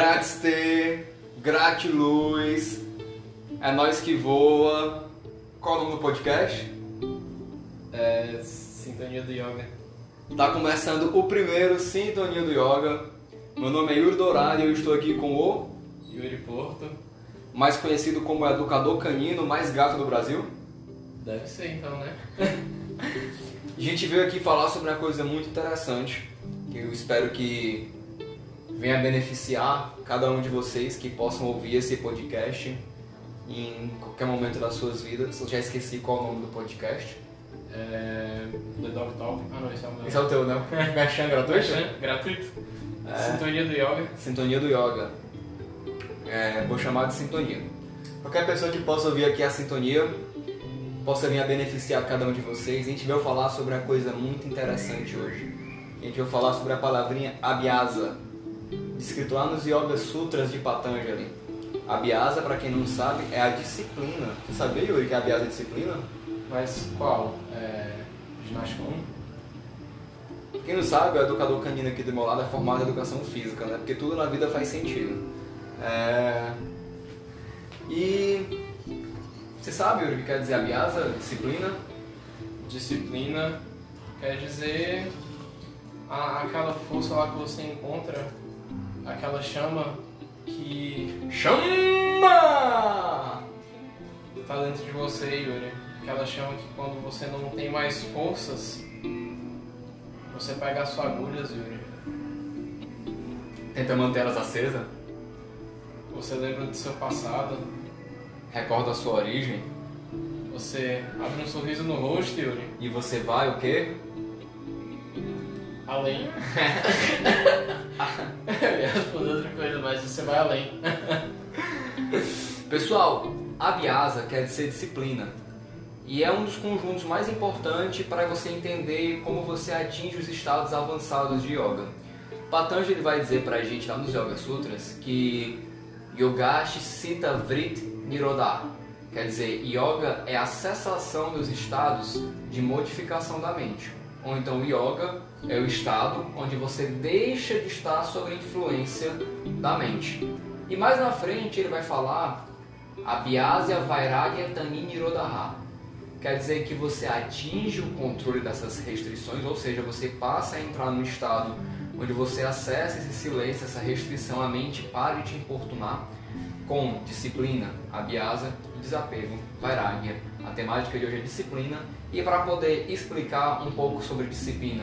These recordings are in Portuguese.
Gratistê, gratiluz, é nós que voa. Qual é o nome do podcast? Sintonia do Yoga. Tá começando o primeiro Sintonia do Yoga. Meu nome é Yuri Dourado e eu estou aqui com o Yuri Porto. mais conhecido como o educador canino mais gato do Brasil. Deve ser então, né? A gente veio aqui falar sobre uma coisa muito interessante, que eu espero que venha beneficiar cada um de vocês que possam ouvir esse podcast em qualquer momento das suas vidas. Eu já esqueci qual é o nome do podcast. The Dog Talk. Ah não, esse é o meu. Esse é o teu, né? Merchan gratuito? Merchan gratuito. Sintonia do Yoga. Sintonia do Yoga. Vou chamar de Sintonia. Qualquer pessoa que possa ouvir aqui a Sintonia possa vir a beneficiar cada um de vocês. A gente veio falar sobre uma coisa muito interessante hoje. A gente veio falar sobre a palavrinha Abhyasa, descrito lá nos Yoga Sutras de Patanjali. Abhyasa, para quem não sabe, é a disciplina. Você sabia, Yuri, que a Abhyasa é disciplina? Mas qual? Ginástica 1? Quem não sabe, o educador canino aqui do meu lado é formado em educação física, né? Porque tudo na vida faz sentido. E você sabe, Yuri, o que quer dizer Abhyasa, disciplina? Disciplina quer dizer aquela força lá que você encontra, aquela chama que Chama! tá dentro de você, Yuri. Aquela chama que quando você não tem mais forças, você pega as suas agulhas, Yuri. Tenta manter elas acesas, Você lembra do seu passado, recorda a sua origem você abre um sorriso no rosto, Yuri. e você vai o quê? Além. Eu ia responder outra coisa, mas você vai além. Pessoal, Abhyasa quer dizer disciplina e é um dos conjuntos mais importantes para você entender como você atinge os estados avançados de yoga. Patanjali vai dizer pra gente lá nos Yoga Sutras que Yogashi Sita Vrit Nirodha, quer dizer, yoga é a cessação dos estados de modificação da mente. Ou então yoga é o estado onde você deixa de estar sob a influência da mente. E mais na frente ele vai falar Abhyasa Vairagya Tani Nirodha, quer dizer que você atinge o controle dessas restrições, ou seja, você passa a entrar num estado onde você acessa esse silêncio, essa restrição, a mente para de te importunar, com disciplina, Abhyasa e desapego, Vairagya. A temática de hoje é disciplina, e para poder explicar um pouco sobre disciplina,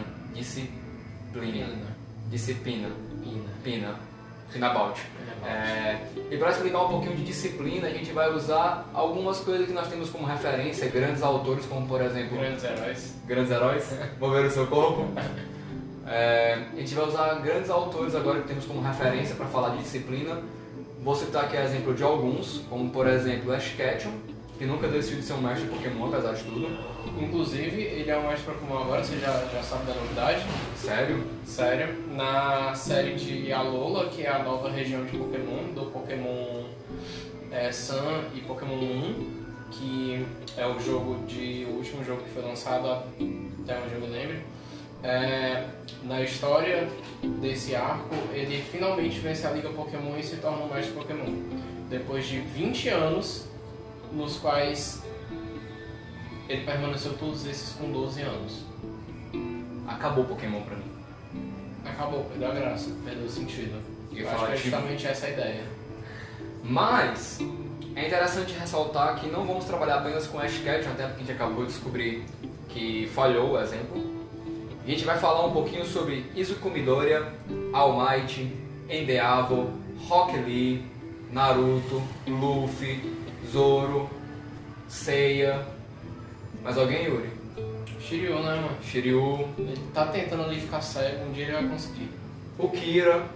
Pinabaut. E para explicar um pouquinho de disciplina, a gente vai usar algumas coisas que nós temos como referência, grandes autores como, por exemplo, Grandes heróis. Mover o seu corpo. A gente vai usar grandes autores agora que temos como referência para falar de disciplina. Vou citar aqui exemplo de alguns, como por exemplo Ash Ketchum, que nunca decidiu ser um mestre Pokémon, apesar de tudo. Inclusive, ele é um mestre Pokémon agora, você já sabe da novidade? Sério? Sério. Na série de Alola, que é a nova região de Pokémon, do Pokémon Sun e Pokémon Moon, que é o último jogo que foi lançado até onde eu me lembro. Na história desse arco, ele finalmente vence a Liga Pokémon e se torna um mestre Pokémon. Depois de 20 anos, nos quais ele permaneceu todos esses com 12 anos. Acabou o Pokémon pra mim. Acabou, perdeu a graça, perdeu o sentido. Eu acho que é justamente essa a ideia. Mas é interessante ressaltar que não vamos trabalhar apenas com Ash Ketchum, até porque a gente acabou de descobrir que falhou o exemplo. A gente vai falar um pouquinho sobre Izuku Midoriya, All Might, Endeavor, Rock Lee, Naruto, Luffy, Zoro, Seiya. Mais alguém, Yuri? Shiryu, né, mano? Shiryu. Ele tá tentando ali ficar cego, um dia ele vai conseguir. O Kira.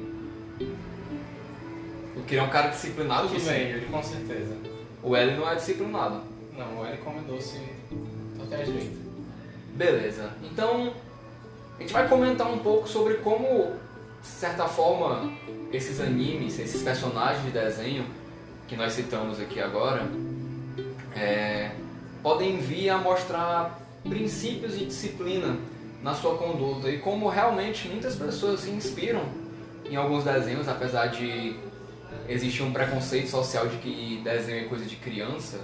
O Kira é um cara disciplinado. Tudo bem, Yuri, com certeza. O L não é disciplinado. Não, o L come doce até a direita. Beleza. Então, a gente vai comentar um pouco sobre como, de certa forma, esses animes, esses personagens de desenho que nós citamos aqui agora, podem vir a mostrar princípios de disciplina na sua conduta e como realmente muitas pessoas se inspiram em alguns desenhos, apesar de existir um preconceito social de que desenho é coisa de criança.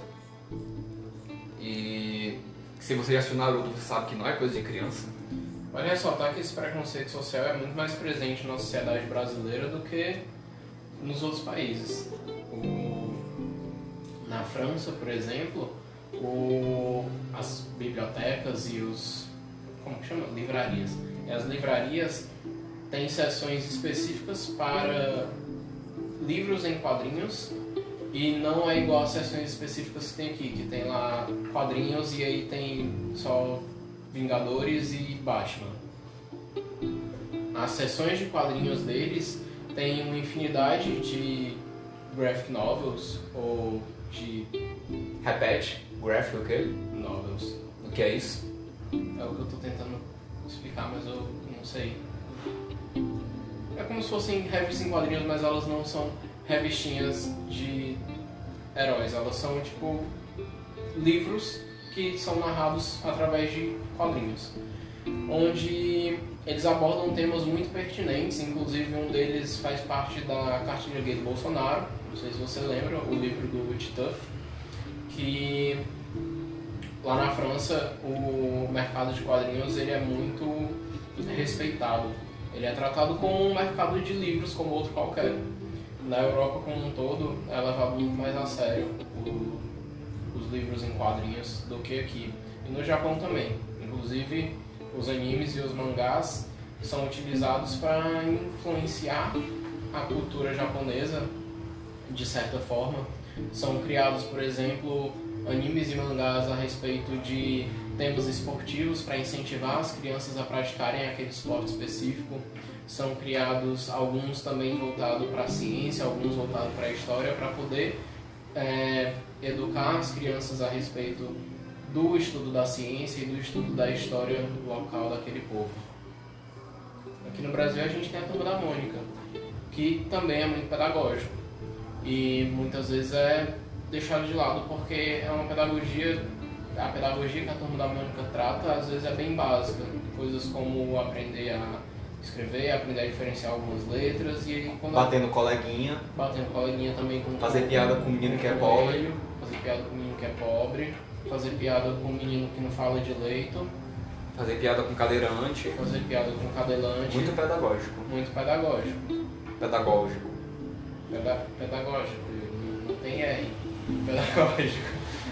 E se você já assistiu Naruto, você sabe que não é coisa de criança. Vale ressaltar que esse preconceito social é muito mais presente na sociedade brasileira do que nos outros países. Na França, por exemplo, as bibliotecas e como que chama? Livrarias. E as livrarias têm seções específicas para livros em quadrinhos e não é igual às seções específicas que tem aqui, que tem lá quadrinhos e aí tem só Vingadores e Batman. As seções de quadrinhos deles tem uma infinidade de graphic novels ou de... Repete, graphic o quê? Novels. O que é isso? É o que eu tô tentando explicar, mas eu não sei. É como se fossem revistas em quadrinhos, mas elas não são revistinhas de heróis. Elas são, tipo, livros que são narrados através de quadrinhos. Onde eles abordam temas muito pertinentes, inclusive um deles faz parte da cartilha gay do Bolsonaro. Não sei se você lembra, o livro do Titeuf, que lá na França o mercado de quadrinhos ele é muito respeitado. Ele é tratado como um mercado de livros como outro qualquer. Na Europa como um todo é levado muito mais a sério os livros em quadrinhos do que aqui. E no Japão também. Inclusive os animes e os mangás são utilizados para influenciar a cultura japonesa de certa forma. São criados, por exemplo, animes e mangás a respeito de temas esportivos para incentivar as crianças a praticarem aquele esporte específico. São criados alguns também voltados para a ciência, alguns voltados para a história, para poder educar as crianças a respeito do estudo da ciência e do estudo da história local daquele povo. Aqui no Brasil a gente tem a Turma da Mônica, que também é muito pedagógico e muitas vezes é deixado de lado porque é uma pedagogia, a pedagogia que a Turma da Mônica trata às vezes é bem básica, coisas como aprender a escrever, aprender a diferenciar algumas letras e aí batendo coleguinha também com fazer piada com o menino que é pobre, fazer piada com o menino que é pobre, fazer piada com o menino que não fala de leito, fazer piada com cadeirante, fazer piada com cadeirante, muito pedagógico, pedagógico, não tem R, pedagógico.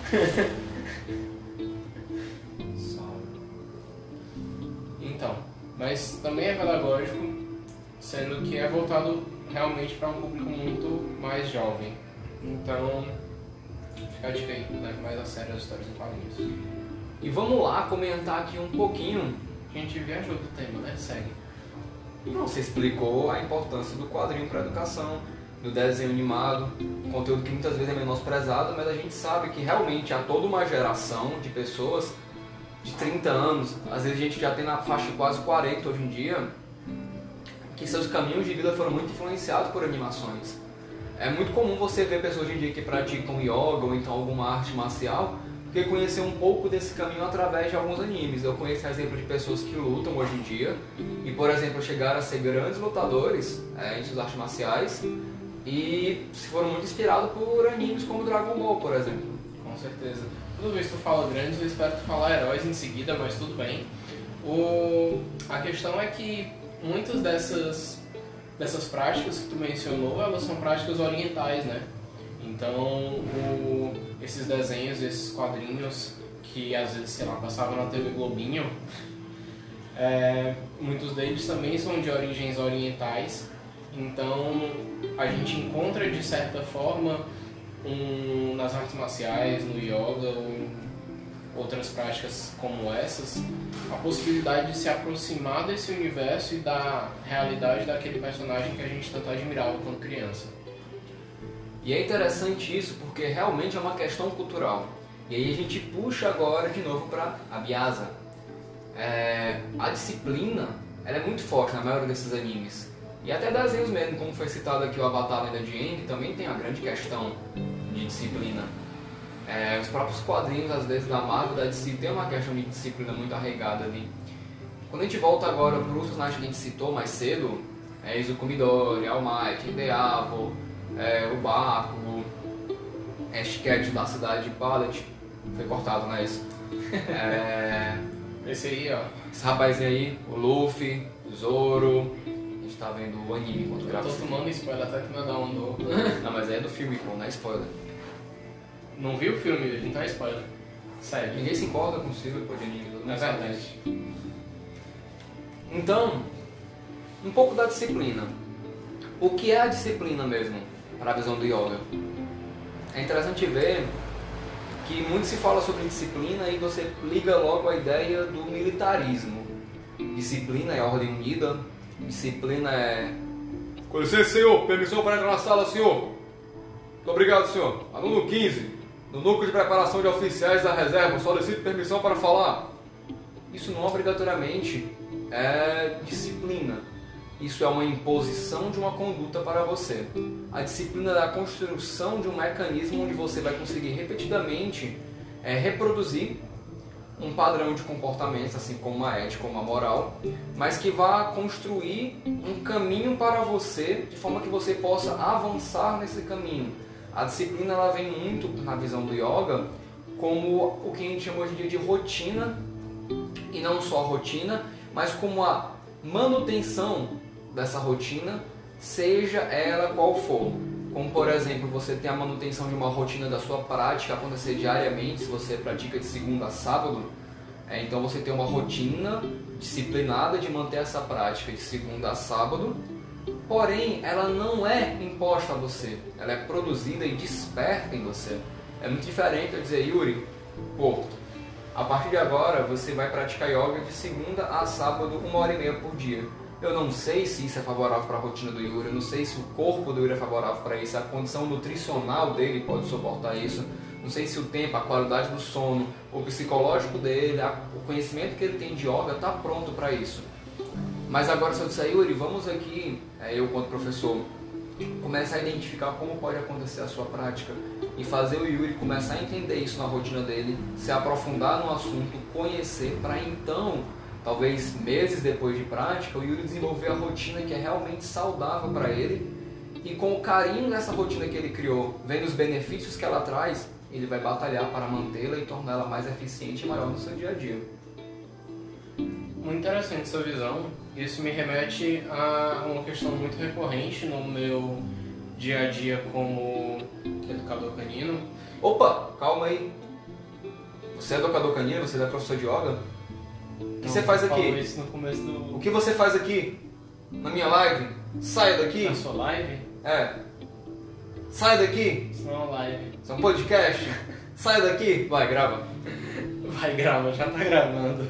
Então, mas também é pedagógico, sendo que é voltado realmente para um público muito mais jovem. Então, fica a dica aí, leve mais a sério as histórias em quadrinhos. E vamos lá comentar aqui um pouquinho. A gente viajou do tema, né? Segue. Não, você explicou a importância do quadrinho para a educação, do desenho animado, conteúdo que muitas vezes é menosprezado, mas a gente sabe que realmente há toda uma geração de pessoas de 30 anos, às vezes a gente já tem na faixa de quase 40 hoje em dia, que seus caminhos de vida foram muito influenciados por animações. É muito comum você ver pessoas hoje em dia que praticam yoga ou então alguma arte marcial, porque conhecer um pouco desse caminho através de alguns animes. Eu conheço exemplo de pessoas que lutam hoje em dia e, por exemplo, chegaram a ser grandes lutadores em suas artes marciais e se foram muito inspirados por animes como Dragon Ball, por exemplo. Com certeza. Toda vez que tu fala grandes, eu espero tu falar heróis em seguida, mas tudo bem. A questão é que muitas dessas práticas que tu mencionou, elas são práticas orientais, né? Então, esses desenhos, esses quadrinhos que às vezes, sei lá, passavam na TV Globinho, muitos deles também são de origens orientais. Então, a gente encontra de certa forma nas artes marciais, no yoga ou em outras práticas como essas, a possibilidade de se aproximar desse universo e da realidade daquele personagem que a gente tanto admirava quando criança. E é interessante isso porque realmente é uma questão cultural. E aí a gente puxa agora de novo para a Biasa. A disciplina ela é muito forte na maioria desses animes. E até desenhos mesmo, como foi citado aqui o Avatar Lenda de Aang, também tem a grande questão de disciplina. Os próprios quadrinhos, às vezes, da Marvel, da DC, tem uma questão de disciplina muito arraigada ali. Quando a gente volta agora para os personagens que a gente citou mais cedo, Izuku Midori, All Might, Endeavor, o Bakugo, Ash da cidade de Pallet, foi cortado, não é isso? Esse aí, ó. Esse rapazinho aí, o Luffy, o Zoro, a gente tá vendo o anime enquanto grava. Eu tô tomando spoiler até que não andou. Não, mas é do filme, pô, não é spoiler. Não viu o filme, não é spoiler. Sério. Ninguém se importa com o Silver, pô, de anime. É verdade. Então, um pouco da disciplina. O que é a disciplina mesmo, para a visão do yoga? É interessante ver que muito se fala sobre disciplina e você liga logo a ideia do militarismo. Disciplina é ordem unida, disciplina é... Com licença, senhor, permissão para entrar na sala, senhor. Muito obrigado, senhor. Aluno 15, no núcleo de preparação de oficiais da reserva, solicito permissão para falar. Isso não obrigatoriamente é disciplina. Isso é uma imposição de uma conduta para você. A disciplina é a construção de um mecanismo onde você vai conseguir repetidamente reproduzir um padrão de comportamentos, assim como a ética, como a moral, mas que vá construir um caminho para você, de forma que você possa avançar nesse caminho. A disciplina ela vem muito, na visão do yoga, como o que a gente chama hoje em dia de rotina, e não só a rotina, mas como a manutenção dessa rotina, seja ela qual for. Como, por exemplo, você tem a manutenção de uma rotina da sua prática acontecer diariamente, se você pratica de segunda a sábado, então você tem uma rotina disciplinada de manter essa prática de segunda a sábado, porém ela não é imposta a você, ela é produzida e desperta em você. É muito diferente eu dizer, Yuri, pô, a partir de agora você vai praticar yoga de segunda a sábado, 1h30 por dia. Eu não sei se isso é favorável para a rotina do Yuri, eu não sei se o corpo do Yuri é favorável para isso, a condição nutricional dele pode suportar isso, não sei se o tempo, a qualidade do sono, o psicológico dele, o conhecimento que ele tem de yoga está pronto para isso. Mas agora se eu disser, Yuri, vamos aqui, eu quanto professor, começar a identificar como pode acontecer a sua prática e fazer o Yuri começar a entender isso na rotina dele, se aprofundar no assunto, conhecer, para então, talvez meses depois de prática, o Yuri desenvolver a rotina que é realmente saudável para ele e com o carinho dessa rotina que ele criou, vendo os benefícios que ela traz, ele vai batalhar para mantê-la e torná-la mais eficiente e maior no seu dia a dia. Muito interessante essa visão. Isso me remete a uma questão muito recorrente no meu dia a dia como educador canino. Opa, calma aí. Você é educador canino? Você é professor de yoga? O que você faz aqui? Isso no começo do... O que você faz aqui? Na minha live? Saia daqui. Na sua live? É. Sai daqui. Isso não é uma live. Isso é um podcast. Sai daqui. Vai, grava. Vai, grava. Já tá gravando.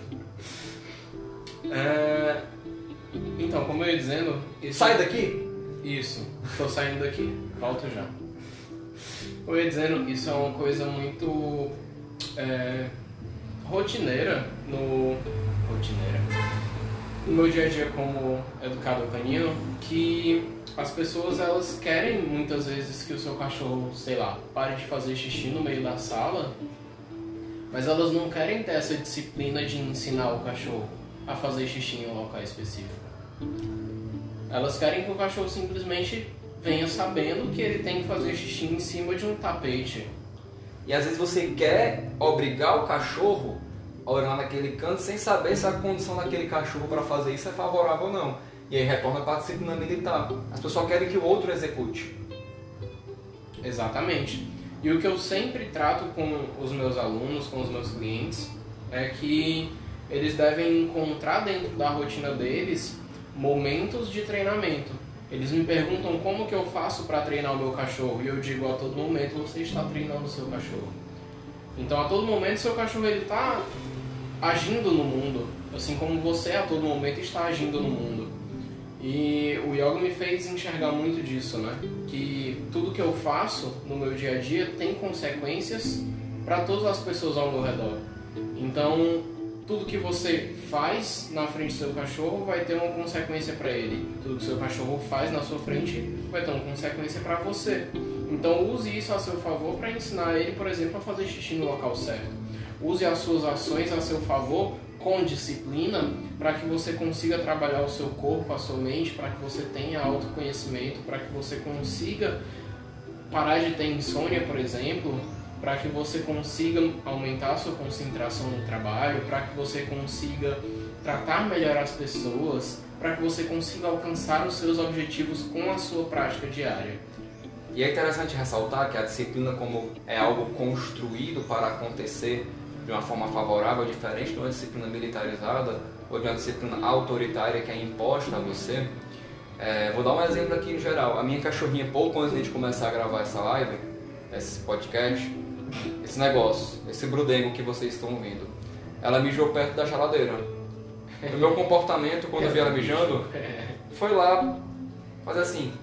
Então, como eu ia dizendo... Sai daqui. Isso. Tô saindo daqui. Volto já. Como eu ia dizendo, isso é uma coisa muito... rotineira no meu dia a dia como educador canino, que as pessoas elas querem muitas vezes que o seu cachorro, sei lá, pare de fazer xixi no meio da sala, mas elas não querem ter essa disciplina de ensinar o cachorro a fazer xixi em um local específico. Elas querem que o cachorro simplesmente venha sabendo que ele tem que fazer xixi em cima de um tapete. E às vezes você quer obrigar o cachorro a olhar naquele canto sem saber se a condição daquele cachorro para fazer isso é favorável ou não. E aí retorna para a disciplina militar. As pessoas querem que o outro execute. Exatamente. E o que eu sempre trato com os meus alunos, com os meus clientes, é que eles devem encontrar dentro da rotina deles momentos de treinamento. Eles me perguntam como que eu faço para treinar o meu cachorro e eu digo, a todo momento você está treinando o seu cachorro. Então a todo momento seu cachorro está agindo no mundo, assim como você a todo momento está agindo no mundo. E o yoga me fez enxergar muito disso, né? Que tudo que eu faço no meu dia a dia tem consequências para todas as pessoas ao meu redor. Então tudo que você faz na frente do seu cachorro vai ter uma consequência para ele. Tudo que o seu cachorro faz na sua frente vai ter uma consequência para você. Então use isso a seu favor para ensinar ele, por exemplo, a fazer xixi no local certo. Use as suas ações a seu favor com disciplina, para que você consiga trabalhar o seu corpo, a sua mente, para que você tenha autoconhecimento, para que você consiga parar de ter insônia, por exemplo, para que você consiga aumentar a sua concentração no trabalho, para que você consiga tratar melhor as pessoas, para que você consiga alcançar os seus objetivos com a sua prática diária. E é interessante ressaltar que a disciplina, como é algo construído para acontecer de uma forma favorável, diferente de uma disciplina militarizada ou de uma disciplina autoritária que é imposta a você. Vou dar um exemplo aqui em geral. A minha cachorrinha, pouco antes de a gente começar a gravar essa live, esse podcast, esse negócio, esse brudengo que vocês estão ouvindo, ela mijou perto da geladeira. O meu comportamento, quando eu vi ela mijando, foi lá fazer assim.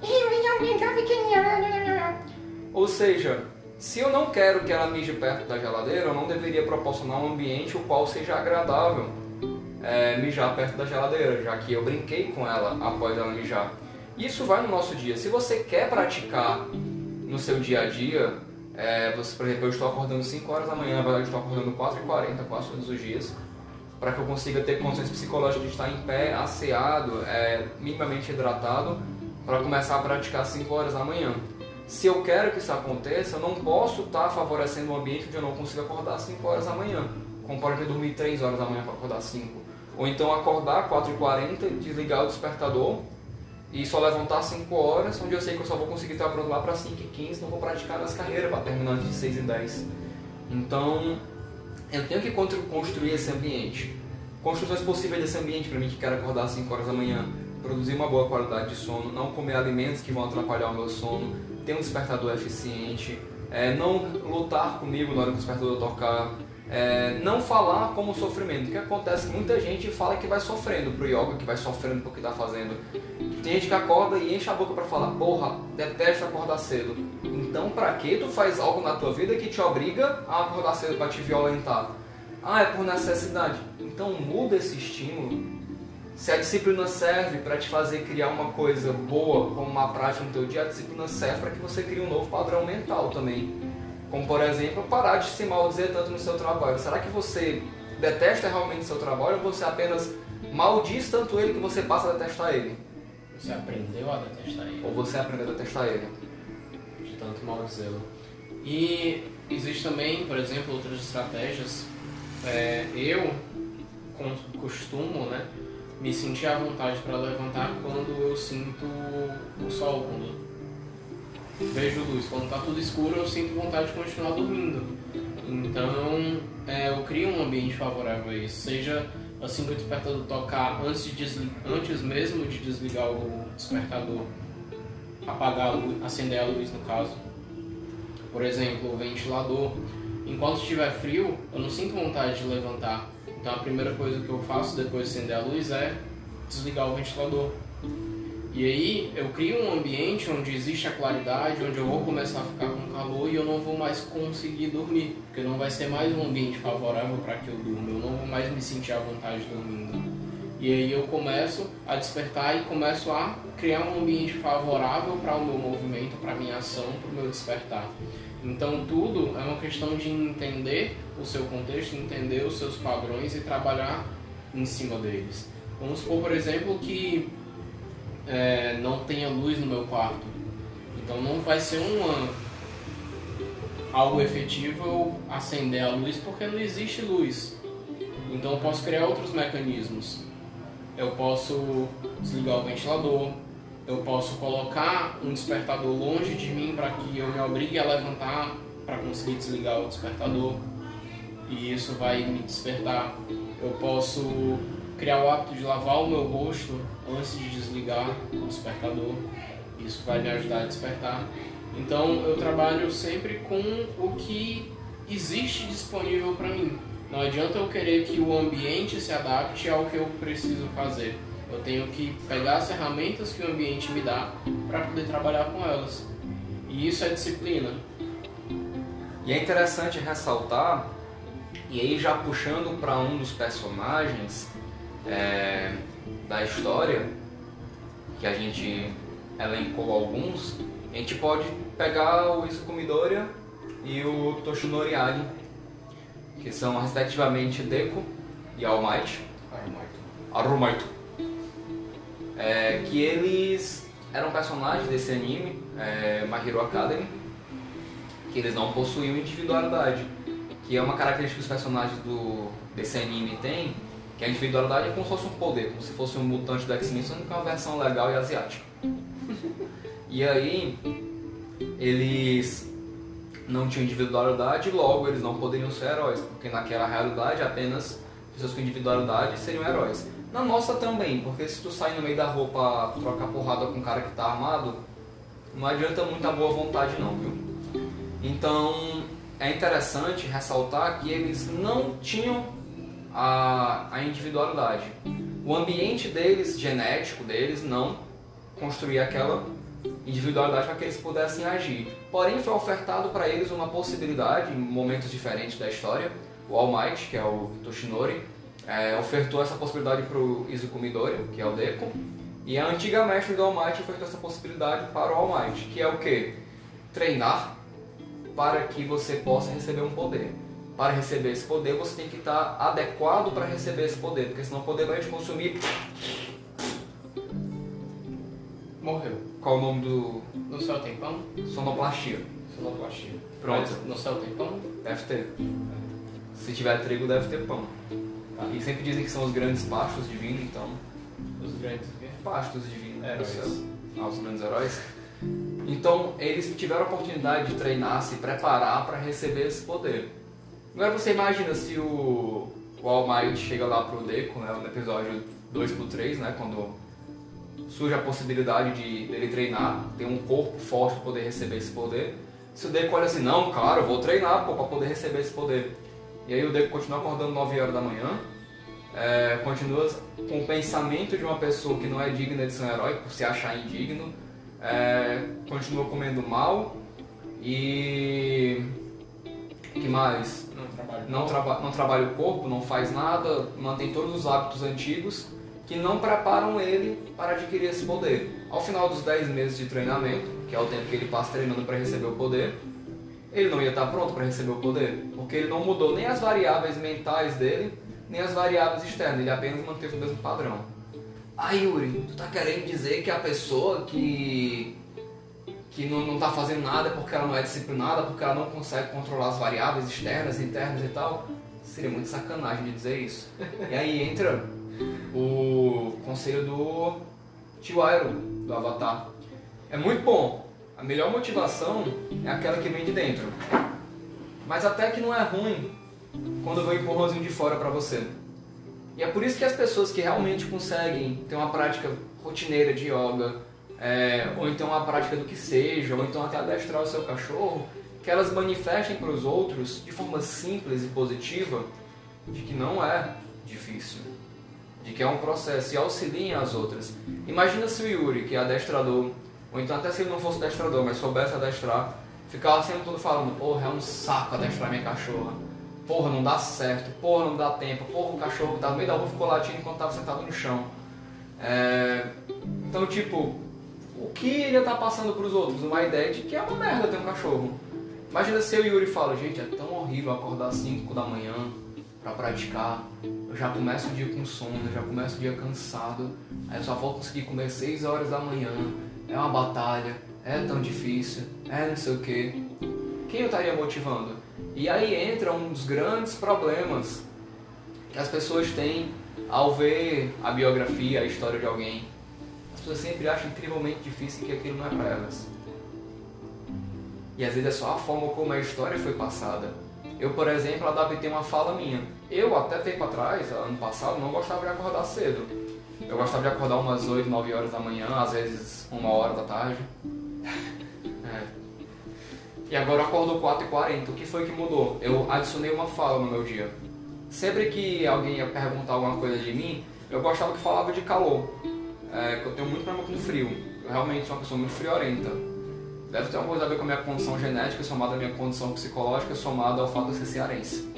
Ou seja, se eu não quero que ela mije perto da geladeira, eu não deveria proporcionar um ambiente o qual seja agradável mijar perto da geladeira, já que eu brinquei com ela após ela mijar. Isso vai no nosso dia. Se você quer praticar no seu dia a dia, você, por exemplo, eu estou acordando 5 horas da manhã, na verdade eu estou acordando 4h40 quase todos os dias, para que eu consiga ter condições psicológicas de estar em pé, asseado, minimamente hidratado, para começar a praticar 5 horas da manhã. Se eu quero que isso aconteça, eu não posso estar favorecendo um ambiente onde eu não consigo acordar às 5 horas da manhã. Como pode dormir 3 horas da manhã para acordar 5. Ou então acordar às 4h40, desligar o despertador e só levantar às 5 horas, onde eu sei que eu só vou conseguir estar pronto lá para 5h15, não vou praticar nas carreiras para terminar de 6h10. Então, eu tenho que construir esse ambiente. Construções possíveis desse ambiente para mim que quero acordar às 5 horas da manhã, produzir uma boa qualidade de sono, não comer alimentos que vão atrapalhar o meu sono, ter um despertador eficiente, não lutar comigo na hora que o despertador tocar, não falar como sofrimento. O que acontece é que muita gente fala que vai sofrendo pro yoga, que vai sofrendo porque está fazendo. Tem gente que acorda e enche a boca para falar, porra, detesto acordar cedo. Então pra que tu faz algo na tua vida que te obriga a acordar cedo para te violentar? É por necessidade. Então muda esse estímulo. Se a disciplina serve para te fazer criar uma coisa boa como uma prática no teu dia, a disciplina serve para que você crie um novo padrão mental também. Como, por exemplo, parar de se maldizer tanto no seu trabalho. Será que você detesta realmente o seu trabalho ou você apenas maldiz tanto ele que você passa a detestar ele? Você aprendeu a detestar ele. Ou você aprendeu a detestar ele. De tanto maldizê-lo. E existe também, por exemplo, outras estratégias. Eu costumo, me sentir à vontade para levantar quando eu sinto o sol, quando vejo luz. Quando está tudo escuro, eu sinto vontade de continuar dormindo. Então, eu crio um ambiente favorável a isso. Seja assim que o despertador tocar, antes mesmo de desligar o despertador, apagar a luz, acender a luz no caso. Por exemplo, o ventilador. Enquanto estiver frio, eu não sinto vontade de levantar. Então a primeira coisa que eu faço depois de acender a luz é desligar o ventilador. E aí eu crio um ambiente onde existe a claridade, onde eu vou começar a ficar com calor e eu não vou mais conseguir dormir, porque não vai ser mais um ambiente favorável para que eu durma, eu não vou mais me sentir à vontade dormindo. E aí eu começo a despertar e começo a criar um ambiente favorável para o meu movimento, para a minha ação, para o meu despertar. Então tudo é uma questão de entender o seu contexto, entender os seus padrões e trabalhar em cima deles. Vamos supor, por exemplo, que não tenha luz no meu quarto. Então não vai ser algo efetivo eu acender a luz porque não existe luz. Então eu posso criar outros mecanismos. Eu posso desligar o ventilador, eu posso colocar um despertador longe de mim para que eu me obrigue a levantar para conseguir desligar o despertador e isso vai me despertar. Eu posso criar o hábito de lavar o meu rosto antes de desligar o despertador, isso vai me ajudar a despertar. Então eu trabalho sempre com o que existe disponível para mim. Não adianta eu querer que o ambiente se adapte ao que eu preciso fazer. Eu tenho que pegar as ferramentas que o ambiente me dá para poder trabalhar com elas. E isso é disciplina. E é interessante ressaltar, e aí já puxando para um dos personagens da história, que a gente elencou alguns, a gente pode pegar o Izuku Midoriya e o Toshinori Age, que são respectivamente Deku e All Might. All Might. Que eles eram personagens desse anime, My Hero Academy, que eles não possuíam individualidade, que é uma característica que os personagens desse anime têm, que a individualidade é como se fosse um poder, como se fosse um mutante do X-Men, só que é uma versão legal e asiática. E aí, eles não tinham individualidade, logo eles não poderiam ser heróis, porque naquela realidade apenas pessoas com individualidade seriam heróis. Na nossa também, porque se tu sai no meio da rua pra trocar porrada com um cara que tá armado, não adianta muita boa vontade não, viu? Então, é interessante ressaltar que eles não tinham a individualidade. O ambiente deles, genético deles, não construía aquela individualidade para que eles pudessem agir. Porém, foi ofertado para eles uma possibilidade, em momentos diferentes da história. O All Might, que é o Toshinori, ofertou essa possibilidade para o Izuku Midori, que é o Deku, e a antiga mestre do All Might ofertou essa possibilidade para o All Might, que é o quê? Treinar para que você possa receber um poder. Para receber esse poder, você tem que estar adequado para receber esse poder, porque senão o poder vai te consumir. Morreu. Qual o nome do... No céu tem pão? Sonoplastia. Sonoplastia. Pronto. Mas no céu tem pão? Deve ter. Se tiver trigo, deve ter pão. E sempre dizem que são os grandes pastos divinos, então... Os grandes o quê? Pastos divinos. Heróis. Os grandes heróis. Então, eles tiveram a oportunidade de treinar, se preparar para receber esse poder. Agora você imagina se o All Might chega lá pro Deku, né, no episódio 2/3, né, quando surge a possibilidade dele treinar, ter um corpo forte para poder receber esse poder. Se o Deku olha assim, não, claro, eu vou treinar para poder receber esse poder. E aí o Deku continua acordando 9 horas da manhã, continua com o pensamento de uma pessoa que não é digna de ser um herói, por se achar indigno, continua comendo mal e... que mais? Não trabalha o corpo, não faz nada, mantém todos os hábitos antigos que não preparam ele para adquirir esse poder. Ao final dos 10 meses de treinamento, que é o tempo que ele passa treinando para receber o poder, ele não ia estar pronto para receber o poder, porque ele não mudou nem as variáveis mentais dele, nem as variáveis externas, ele apenas manteve o mesmo padrão. Ah, Yuri, tu tá querendo dizer que a pessoa que não está fazendo nada porque ela não é disciplinada, porque ela não consegue controlar as variáveis externas, internas e tal? Seria muito sacanagem de dizer isso. E aí entra o conselho do Tio Iroh, do Avatar. É muito bom. A melhor motivação é aquela que vem de dentro. Mas até que não é ruim quando vem um empurrãozinho de fora pra você. E é por isso que as pessoas que realmente conseguem ter uma prática rotineira de yoga, ou então a prática do que seja, ou então até adestrar o seu cachorro, que elas manifestem para os outros de forma simples e positiva de que não é difícil, de que é um processo, e auxiliem as outras. Imagina se o Yuri, que é adestrador, ou então até se ele não fosse adestrador, mas soubesse adestrar, ficava sempre todo falando, porra, é um saco adestrar minha cachorra, porra, não dá certo, porra, não dá tempo, porra, o cachorro que tá no meio da rua ficou latindo enquanto estava sentado no chão. Então, tipo, o que ele ia estar passando para os outros? Uma ideia de que é uma merda ter um cachorro. Imagina se eu e o Yuri fala, gente, é tão horrível acordar às 5 da manhã para praticar, eu já começo o dia com sono, eu já começo o dia cansado, aí eu só vou conseguir comer 6 horas da manhã, é uma batalha, é tão difícil, não sei o que. Quem eu estaria motivando? E aí entra um dos grandes problemas que as pessoas têm ao ver a biografia, a história de alguém. As pessoas sempre acham incrivelmente difícil que aquilo não é para elas. E às vezes é só a forma como a história foi passada. Eu, por exemplo, adaptei uma fala minha. Eu, até tempo atrás, ano passado, não gostava de acordar cedo. Eu gostava de acordar umas 8, 9 horas da manhã, às vezes 1 hora da tarde. E agora eu acordo 4h40. O que foi que mudou? Eu adicionei uma fala no meu dia. Sempre que alguém ia perguntar alguma coisa de mim, eu gostava que falava de calor. Que eu tenho muito problema com frio. Eu realmente sou uma pessoa muito friorenta. Deve ter alguma coisa a ver com a minha condição genética, somada à minha condição psicológica, somada ao fato de eu ser cearense.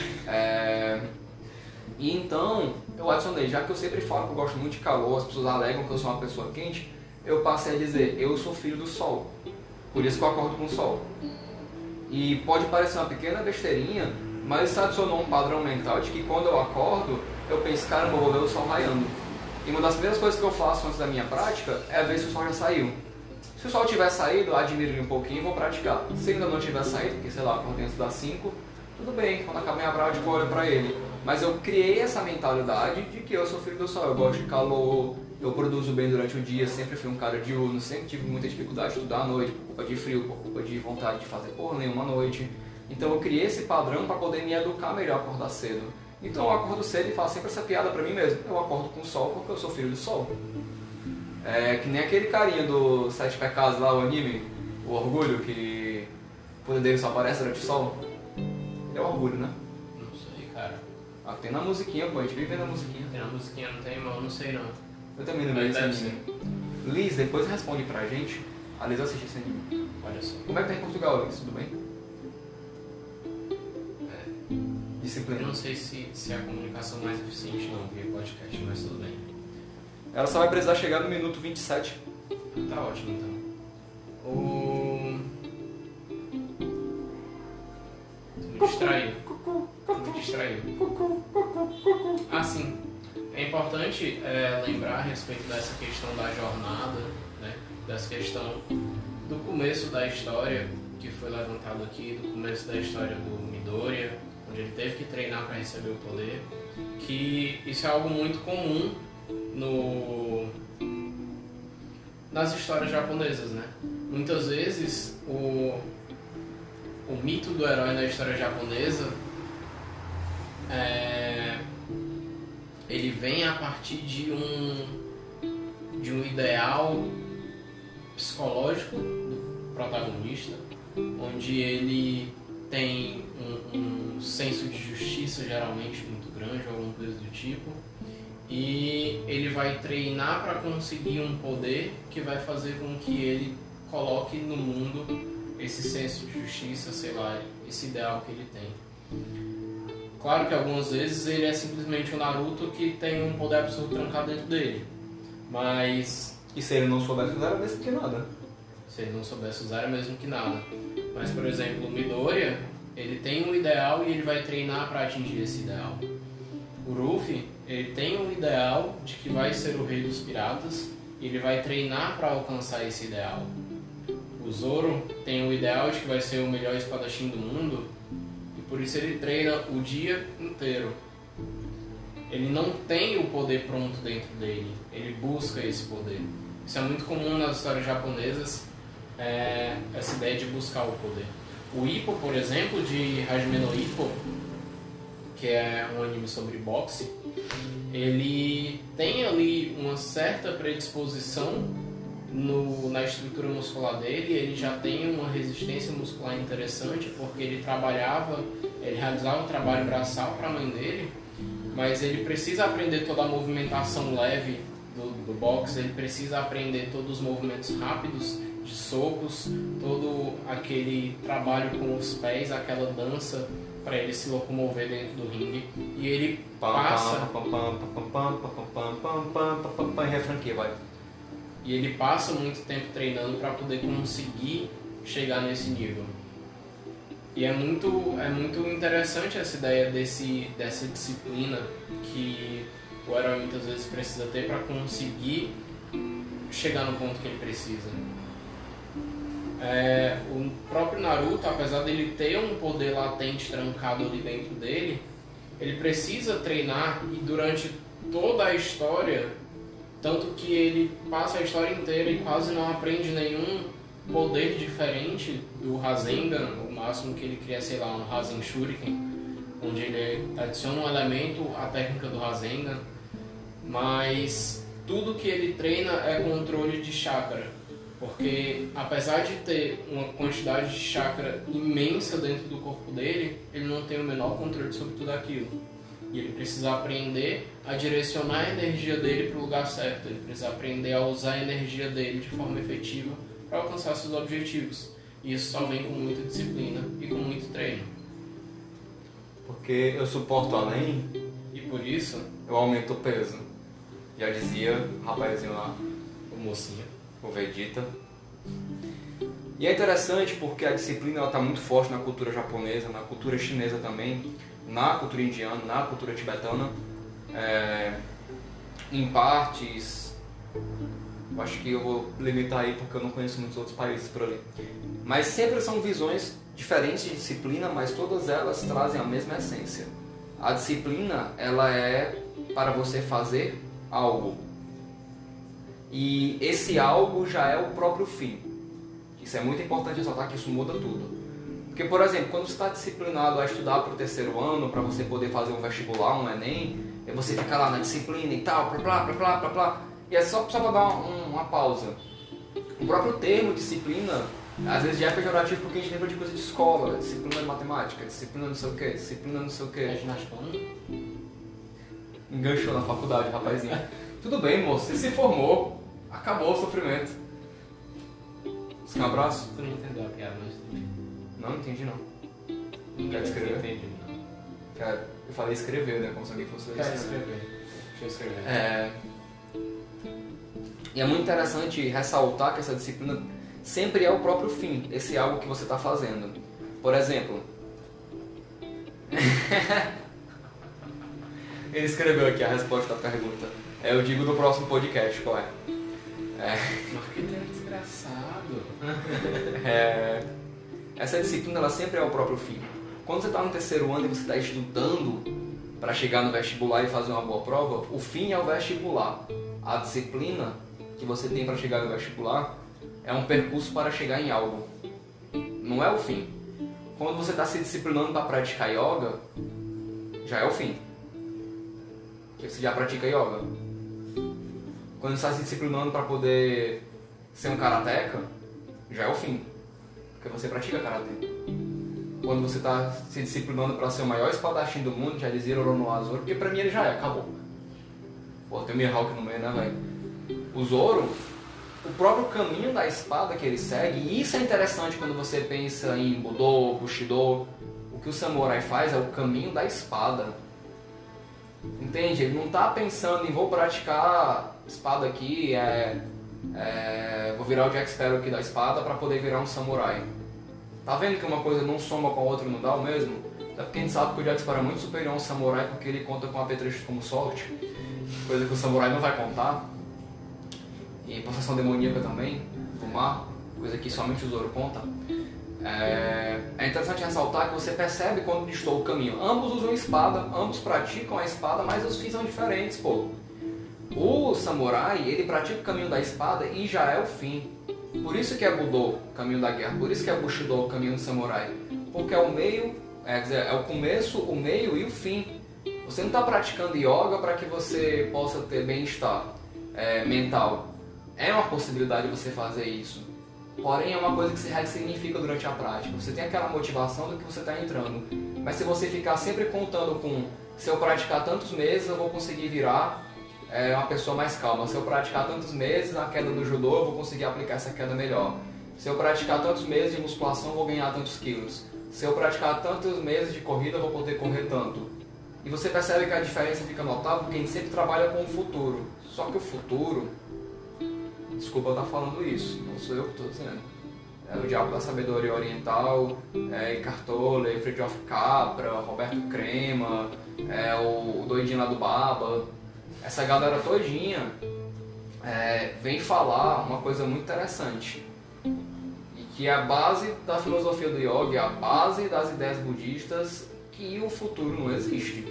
E então, eu adicionei, já que eu sempre falo que eu gosto muito de calor, as pessoas alegam que eu sou uma pessoa quente, eu passei a dizer, eu sou filho do sol. Por isso que eu acordo com o sol. E pode parecer uma pequena besteirinha, mas isso adicionou um padrão mental de que quando eu acordo, penso, caramba, eu vou ver o sol raiando. E uma das primeiras coisas que eu faço antes da minha prática é ver se o sol já saiu. Se o sol tiver saído, eu admiro ele um pouquinho e vou praticar. Se ainda não tiver saído, porque sei lá, quando eu das 5, tudo bem, quando acabar minha prática eu olho pra ele. Mas eu criei essa mentalidade de que eu sou filho do sol, eu gosto de calor, eu produzo bem durante o dia, sempre fui um cara diurno, sempre tive muita dificuldade de estudar à noite, por culpa de frio, por culpa de vontade de fazer porra nenhuma à noite. Então eu criei esse padrão para poder me educar melhor a acordar cedo. Então eu acordo cedo e faço sempre essa piada pra mim mesmo. Eu acordo com o sol porque eu sou filho do sol. É que nem aquele carinha do Sete Pecados lá, o anime, o Orgulho, que o poder dele só aparece durante o sol. É o Orgulho, né? Não sei, cara. Ah, tem na musiquinha, pô, a gente vive vendo a musiquinha. Tem na musiquinha, não tem, mas eu não sei não. Eu também não vejo esse anime. Liz, depois responde pra gente. A Liz assiste esse anime. Olha só. Como é que tá em Portugal, Liz? Tudo bem? Disciplina. Eu não sei se é a comunicação mais eficiente não via podcast, mas tudo bem. Ela só vai precisar chegar no minuto 27. Tá ótimo então. Tu me distraiu. Ah, sim. É importante lembrar a respeito dessa questão da jornada, né? Dessa questão do começo da história que foi levantado aqui, do começo da história do Midoriya, onde ele teve que treinar para receber o poder, que isso é algo muito comum nas histórias japonesas, né? Muitas vezes o mito do herói na história japonesa ele vem a partir de um ideal psicológico do protagonista, onde ele tem um senso de justiça geralmente muito grande, ou alguma coisa do tipo, e ele vai treinar para conseguir um poder que vai fazer com que ele coloque no mundo esse senso de justiça, sei lá, esse ideal que ele tem. Claro que algumas vezes ele é simplesmente o Naruto que tem um poder absoluto trancado dentro dele, mas... E se ele não soubesse usar, era mesmo que nada. Se ele não soubesse usar, era mesmo que nada. Mas, por exemplo, o Midoriya, ele tem um ideal e ele vai treinar para atingir esse ideal. O Luffy, ele tem um ideal de que vai ser o rei dos piratas e ele vai treinar para alcançar esse ideal. O Zoro tem o ideal de que vai ser o melhor espadachim do mundo e por isso ele treina o dia inteiro. Ele não tem o poder pronto dentro dele, ele busca esse poder. Isso é muito comum nas histórias japonesas, essa ideia de buscar o poder. O Ippo, por exemplo, de Hajime no Ippo, que é um anime sobre boxe, ele tem ali uma certa predisposição na estrutura muscular dele, ele já tem uma resistência muscular interessante, porque ele realizava um trabalho braçal para a mãe dele, mas ele precisa aprender toda a movimentação leve do boxe, ele precisa aprender todos os movimentos rápidos de socos, todo aquele trabalho com os pés, aquela dança para ele se locomover dentro do ringue, e ele passa e ele passa muito tempo treinando para poder conseguir chegar nesse nível. E é muito interessante essa ideia dessa disciplina que o herói muitas vezes precisa ter para conseguir chegar no ponto que ele precisa. O próprio Naruto, apesar dele ter um poder latente trancado ali dentro dele, ele precisa treinar, e durante toda a história, tanto que ele passa a história inteira e quase não aprende nenhum poder diferente do Rasengan. O máximo que ele cria, sei lá, um Rasen Shuriken, onde ele adiciona um elemento à técnica do Rasengan, mas tudo que ele treina é controle de chakra, porque apesar de ter uma quantidade de chakra imensa dentro do corpo dele, ele não tem o menor controle sobre tudo aquilo. E ele precisa aprender a direcionar a energia dele para o lugar certo, ele precisa aprender a usar a energia dele de forma efetiva para alcançar seus objetivos. E isso só vem com muita disciplina e com muito treino. Porque eu suporto além e por isso eu aumento o peso. Já dizia o rapazinho lá, o mocinho, o Vegeta. E é interessante porque a disciplina está muito forte na cultura japonesa, na cultura chinesa também, na cultura indiana, na cultura tibetana. em partes. Eu acho que eu vou limitar aí porque eu não conheço muitos outros países por ali. Mas sempre são visões diferentes de disciplina, mas todas elas trazem a mesma essência. A disciplina, ela é para você fazer algo. E esse algo já é o próprio fim. Isso é muito importante ressaltar, que isso muda tudo. Porque, por exemplo, quando você está disciplinado a estudar para o terceiro ano, para você poder fazer um vestibular, um Enem, e você fica lá na disciplina e tal, blá. E é só para dar uma pausa. O próprio termo disciplina, às vezes já é pejorativo porque a gente lembra de coisa de escola, disciplina de matemática, disciplina não sei o que, disciplina não sei o que. É ginástica 1? Enganchou na faculdade, rapazinho. Tudo bem, moço, você se formou, acabou o sofrimento. Você quer um abraço? Tu não entendeu a piada, mas tudo bem. Não entendi não. Ninguém Quer escrever? entende, não. Cara, eu falei escrever, né? Como se alguém fosse Quero escrever. Deixa eu escrever. E é muito interessante ressaltar que essa disciplina sempre é o próprio fim, esse algo que você está fazendo. Por exemplo, ele escreveu aqui a resposta da pergunta. Eu digo do próximo podcast, qual é? Marketing é desgraçado. Essa disciplina ela sempre é o próprio fim. Quando você está no terceiro ano e você está estudando para chegar no vestibular e fazer uma boa prova, o fim é o vestibular. A disciplina que você tem para chegar no vestibular é um percurso para chegar em algo. Não é o fim. Quando você está se disciplinando para praticar yoga, já é o fim. Porque você já pratica yoga. Quando você está se disciplinando para poder ser um karateca, já é o fim. Porque você pratica karatê. Quando você está se disciplinando para ser o maior espadachim do mundo, já dizia Oronoa Zoro, porque para mim ele já é, acabou. Pô, tem o Mihawk no meio, né, velho? O Zoro, o próprio caminho da espada que ele segue, e isso é interessante quando você pensa em Budô, Bushido, o que o samurai faz é o caminho da espada. Entende? Ele não está pensando em vou praticar espada aqui, vou virar o Jack Sparrow aqui da espada para poder virar um samurai. Tá vendo que uma coisa não soma com a outra e não dá o mesmo? Até porque a gente sabe que o Jack Sparrow é muito superior a um samurai porque ele conta com apetrechos como sorte, coisa que o samurai não vai contar. E possessão demoníaca também, do mar, coisa que somente o Zoro conta. É interessante ressaltar que você percebe quando distou o caminho. Ambos usam espada, ambos praticam a espada, mas os fins são diferentes, pô. O samurai, ele pratica o caminho da espada e já é o fim. Por isso que é Budô, o caminho da guerra. Por isso que é Bushido, o caminho do samurai. Porque é o meio, é o começo, o meio e o fim. Você não está praticando yoga para que você possa ter bem-estar mental. É uma possibilidade você fazer isso. Porém, é uma coisa que se ressignifica durante a prática. Você tem aquela motivação do que você está entrando. Mas se você ficar sempre contando com se eu praticar tantos meses, eu vou conseguir virar uma pessoa mais calma. Se eu praticar tantos meses na queda do judô, eu vou conseguir aplicar essa queda melhor. Se eu praticar tantos meses de musculação, eu vou ganhar tantos quilos. Se eu praticar tantos meses de corrida, eu vou poder correr tanto. E você percebe que a diferença fica notável porque a gente sempre trabalha com o futuro. Só que o futuro... Desculpa eu estar falando isso, não sou eu que estou dizendo. É o Diabo da Sabedoria Oriental, Eckhart Tolle, Fritjof Capra, Roberto Crema, o doidinho lá do Baba. Essa galera todinha vem falar uma coisa muito interessante. E que é a base da filosofia do yoga, a base das ideias budistas, que o futuro não existe.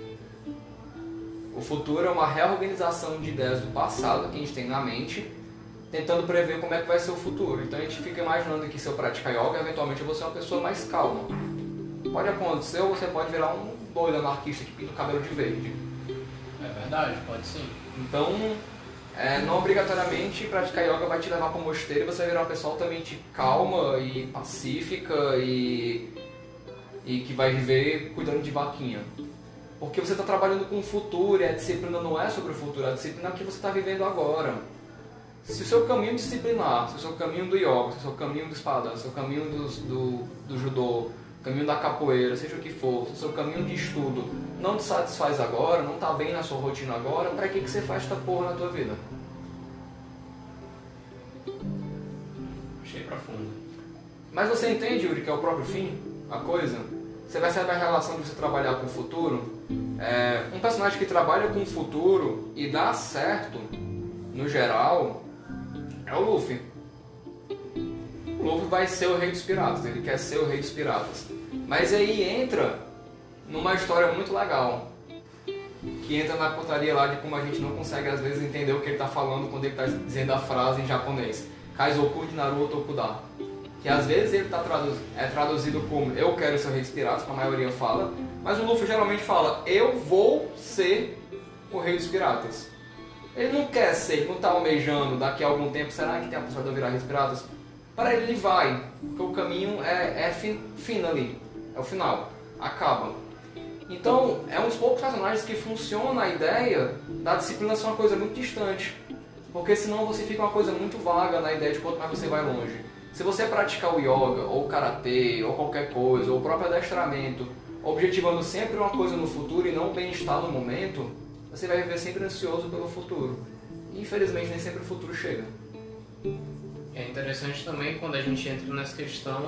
O futuro é uma reorganização de ideias do passado que a gente tem na mente, tentando prever como é que vai ser o futuro. Então a gente fica imaginando que se eu praticar yoga, eventualmente eu vou ser uma pessoa mais calma. Pode acontecer ou você pode virar um doido anarquista que pinta o cabelo de verde. É verdade, pode sim. Então, não obrigatoriamente praticar yoga vai te levar para um mosteiro e você vai virar uma pessoa altamente calma e pacífica e que vai viver cuidando de vaquinha. Porque você está trabalhando com o futuro e a disciplina não é sobre o futuro, a disciplina é o que você está vivendo agora. Se o seu caminho disciplinar, se o seu caminho do yoga, se o seu caminho do espada, se o seu caminho do judô, caminho da capoeira, seja o que for, se o seu caminho de estudo não te satisfaz agora, não está bem na sua rotina agora, para que você faz essa porra na tua vida? Achei profundo. Mas você entende, Yuri, que é o próprio fim? A coisa? Você percebe a relação de você trabalhar com o futuro? Um personagem que trabalha com o futuro e dá certo, no geral, é o Luffy. O Luffy vai ser o rei dos piratas, ele quer ser o rei dos piratas. Mas aí entra numa história muito legal, que entra na putaria lá de como a gente não consegue às vezes entender o que ele está falando quando ele está dizendo a frase em japonês. Kaizoku de Naruto Okuda. Que às vezes ele é traduzido como eu quero ser o rei dos piratas, que a maioria fala, mas o Luffy geralmente fala eu vou ser o rei dos piratas. Ele não quer ser, ele não está almejando daqui a algum tempo, será que tem a possibilidade de eu virar rei dos piratas? Para ele vai, porque o caminho é fim ali, é o final, acaba. Então é um dos poucos personagens que funciona a ideia da disciplina ser uma coisa muito distante, porque senão você fica uma coisa muito vaga na ideia de quanto mais você vai longe. Se você praticar o yoga, ou o karatê, ou qualquer coisa, ou o próprio adestramento, objetivando sempre uma coisa no futuro e não o bem-estar no momento, você vai viver sempre ansioso pelo futuro. E infelizmente nem sempre o futuro chega. É interessante também quando a gente entra nessa questão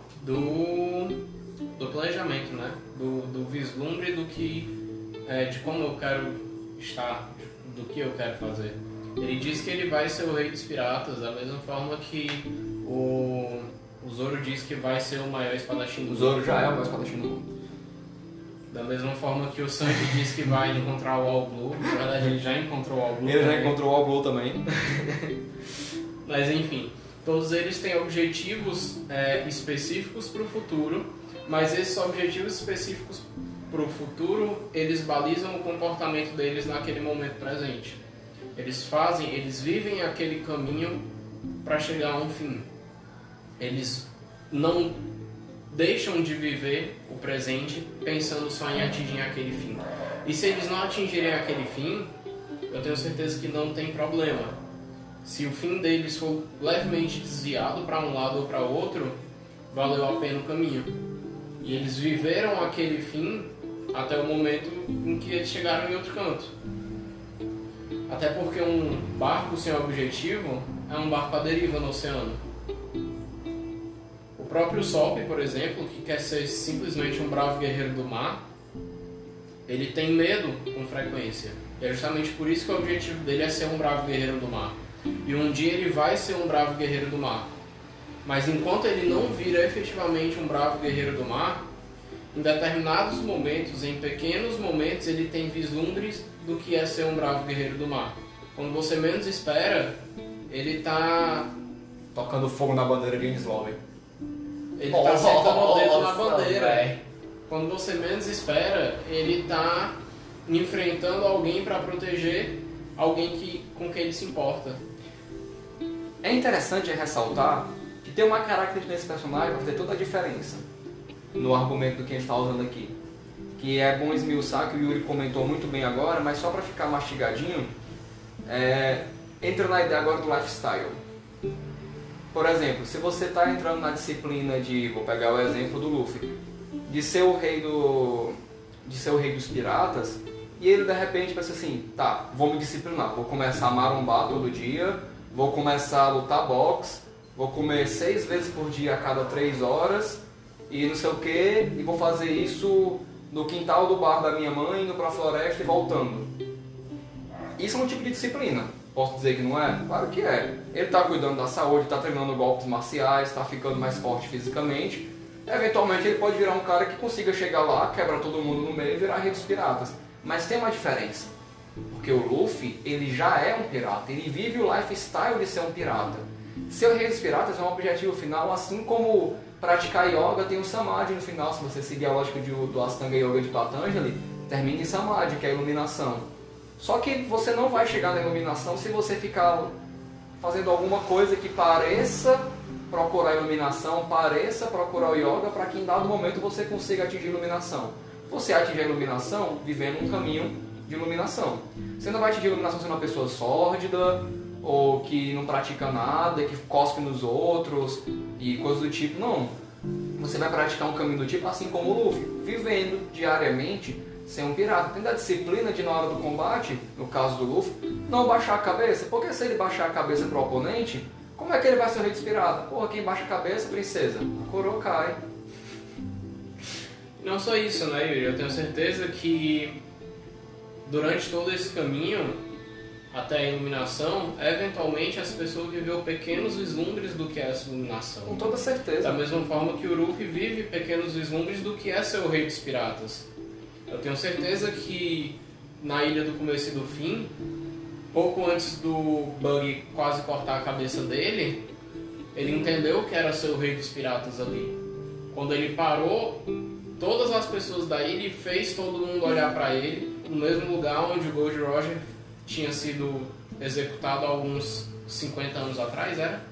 do planejamento, né? Do vislumbre de como eu quero estar, do que eu quero fazer. Ele diz que ele vai ser o rei dos piratas, da mesma forma que o Zoro diz que vai ser o maior espadachim do mundo. O Zoro já é o maior espadachim do mundo. Da mesma forma que o Sanji diz que vai encontrar o All Blue. Na verdade, ele já encontrou o All Blue. Ele já encontrou o All Blue também. Mas enfim, todos eles têm objetivos específicos para o futuro, mas esses objetivos específicos para o futuro, eles balizam o comportamento deles naquele momento presente. Eles vivem aquele caminho para chegar a um fim. Eles não deixam de viver o presente pensando só em atingir aquele fim. E se eles não atingirem aquele fim, eu tenho certeza que não tem problema. Se o fim deles for levemente desviado para um lado ou para outro, valeu a pena o caminho. E eles viveram aquele fim até o momento em que eles chegaram em outro canto. Até porque um barco sem objetivo é um barco à deriva no oceano. O próprio Sop, por exemplo, que quer ser simplesmente um bravo guerreiro do mar, ele tem medo com frequência. E é justamente por isso que o objetivo dele é ser um bravo guerreiro do mar. E um dia ele vai ser um bravo guerreiro do mar. Mas enquanto ele não vira efetivamente um bravo guerreiro do mar, em determinados momentos, em pequenos momentos, ele tem vislumbres do que é ser um bravo guerreiro do mar. Quando você menos espera, ele está tocando fogo na bandeira de Ensloven. Ele está sentando o dedo na bandeira. Véio. Quando você menos espera, ele está enfrentando alguém para proteger alguém com quem ele se importa. É interessante ressaltar que tem uma característica nesse personagem que vai fazer toda a diferença no argumento do que a gente está usando aqui. Que é bom esmiuçar, que o Yuri comentou muito bem agora, mas só para ficar mastigadinho, entra na ideia agora do lifestyle. Por exemplo, se você está entrando na disciplina de, vou pegar o exemplo do Luffy, de ser o rei dos piratas, e ele de repente pensa assim, tá, vou me disciplinar, vou começar a marombar todo dia, vou começar a lutar boxe, vou comer 6 vezes por dia a cada 3 horas, e não sei o que, e vou fazer isso no quintal do bar da minha mãe, indo para a floresta e voltando. Isso é um tipo de disciplina. Posso dizer que não é? Claro que é. Ele está cuidando da saúde, está treinando golpes marciais, está ficando mais forte fisicamente. Eventualmente ele pode virar um cara que consiga chegar lá, quebra todo mundo no meio e virar rei dos piratas. Mas tem uma diferença. Porque o Luffy, ele já é um pirata. Ele vive o lifestyle de ser um pirata. Ser o rei dos piratas é um objetivo final, assim como praticar yoga tem o Samadhi no final. Se você seguir a lógica do Astanga Yoga de Patanjali, termina em Samadhi, que é a iluminação. Só que você não vai chegar na iluminação se você ficar fazendo alguma coisa que pareça procurar a iluminação, pareça procurar o yoga, para que em dado momento você consiga atingir a iluminação. Você atinge a iluminação vivendo um caminho de iluminação. Você não vai atingir a iluminação sendo uma pessoa sórdida, ou que não pratica nada, que cospe nos outros e coisas do tipo, não. Você vai praticar um caminho do tipo assim como o Luffy, vivendo diariamente ser um pirata. Tem a disciplina de, na hora do combate, no caso do Luffy, não baixar a cabeça, porque se ele baixar a cabeça pro oponente, como é que ele vai ser o rei dos piratas? Porra, quem baixa a cabeça, princesa, a coroa cai. Não só isso, né, Yuri? Eu tenho certeza que durante todo esse caminho até a iluminação, eventualmente as pessoas viveram pequenos vislumbres do que é essa iluminação. Com toda certeza. Da mesma forma que o Ruffy vive pequenos vislumbres do que é ser o rei dos piratas. Eu tenho certeza que na Ilha do Começo e do Fim, pouco antes do Bug quase cortar a cabeça dele, ele entendeu que era ser o rei dos piratas ali. Quando ele parou todas as pessoas da ilha e fez todo mundo olhar para ele, no mesmo lugar onde o Gold Roger tinha sido executado há alguns 50 anos atrás, era?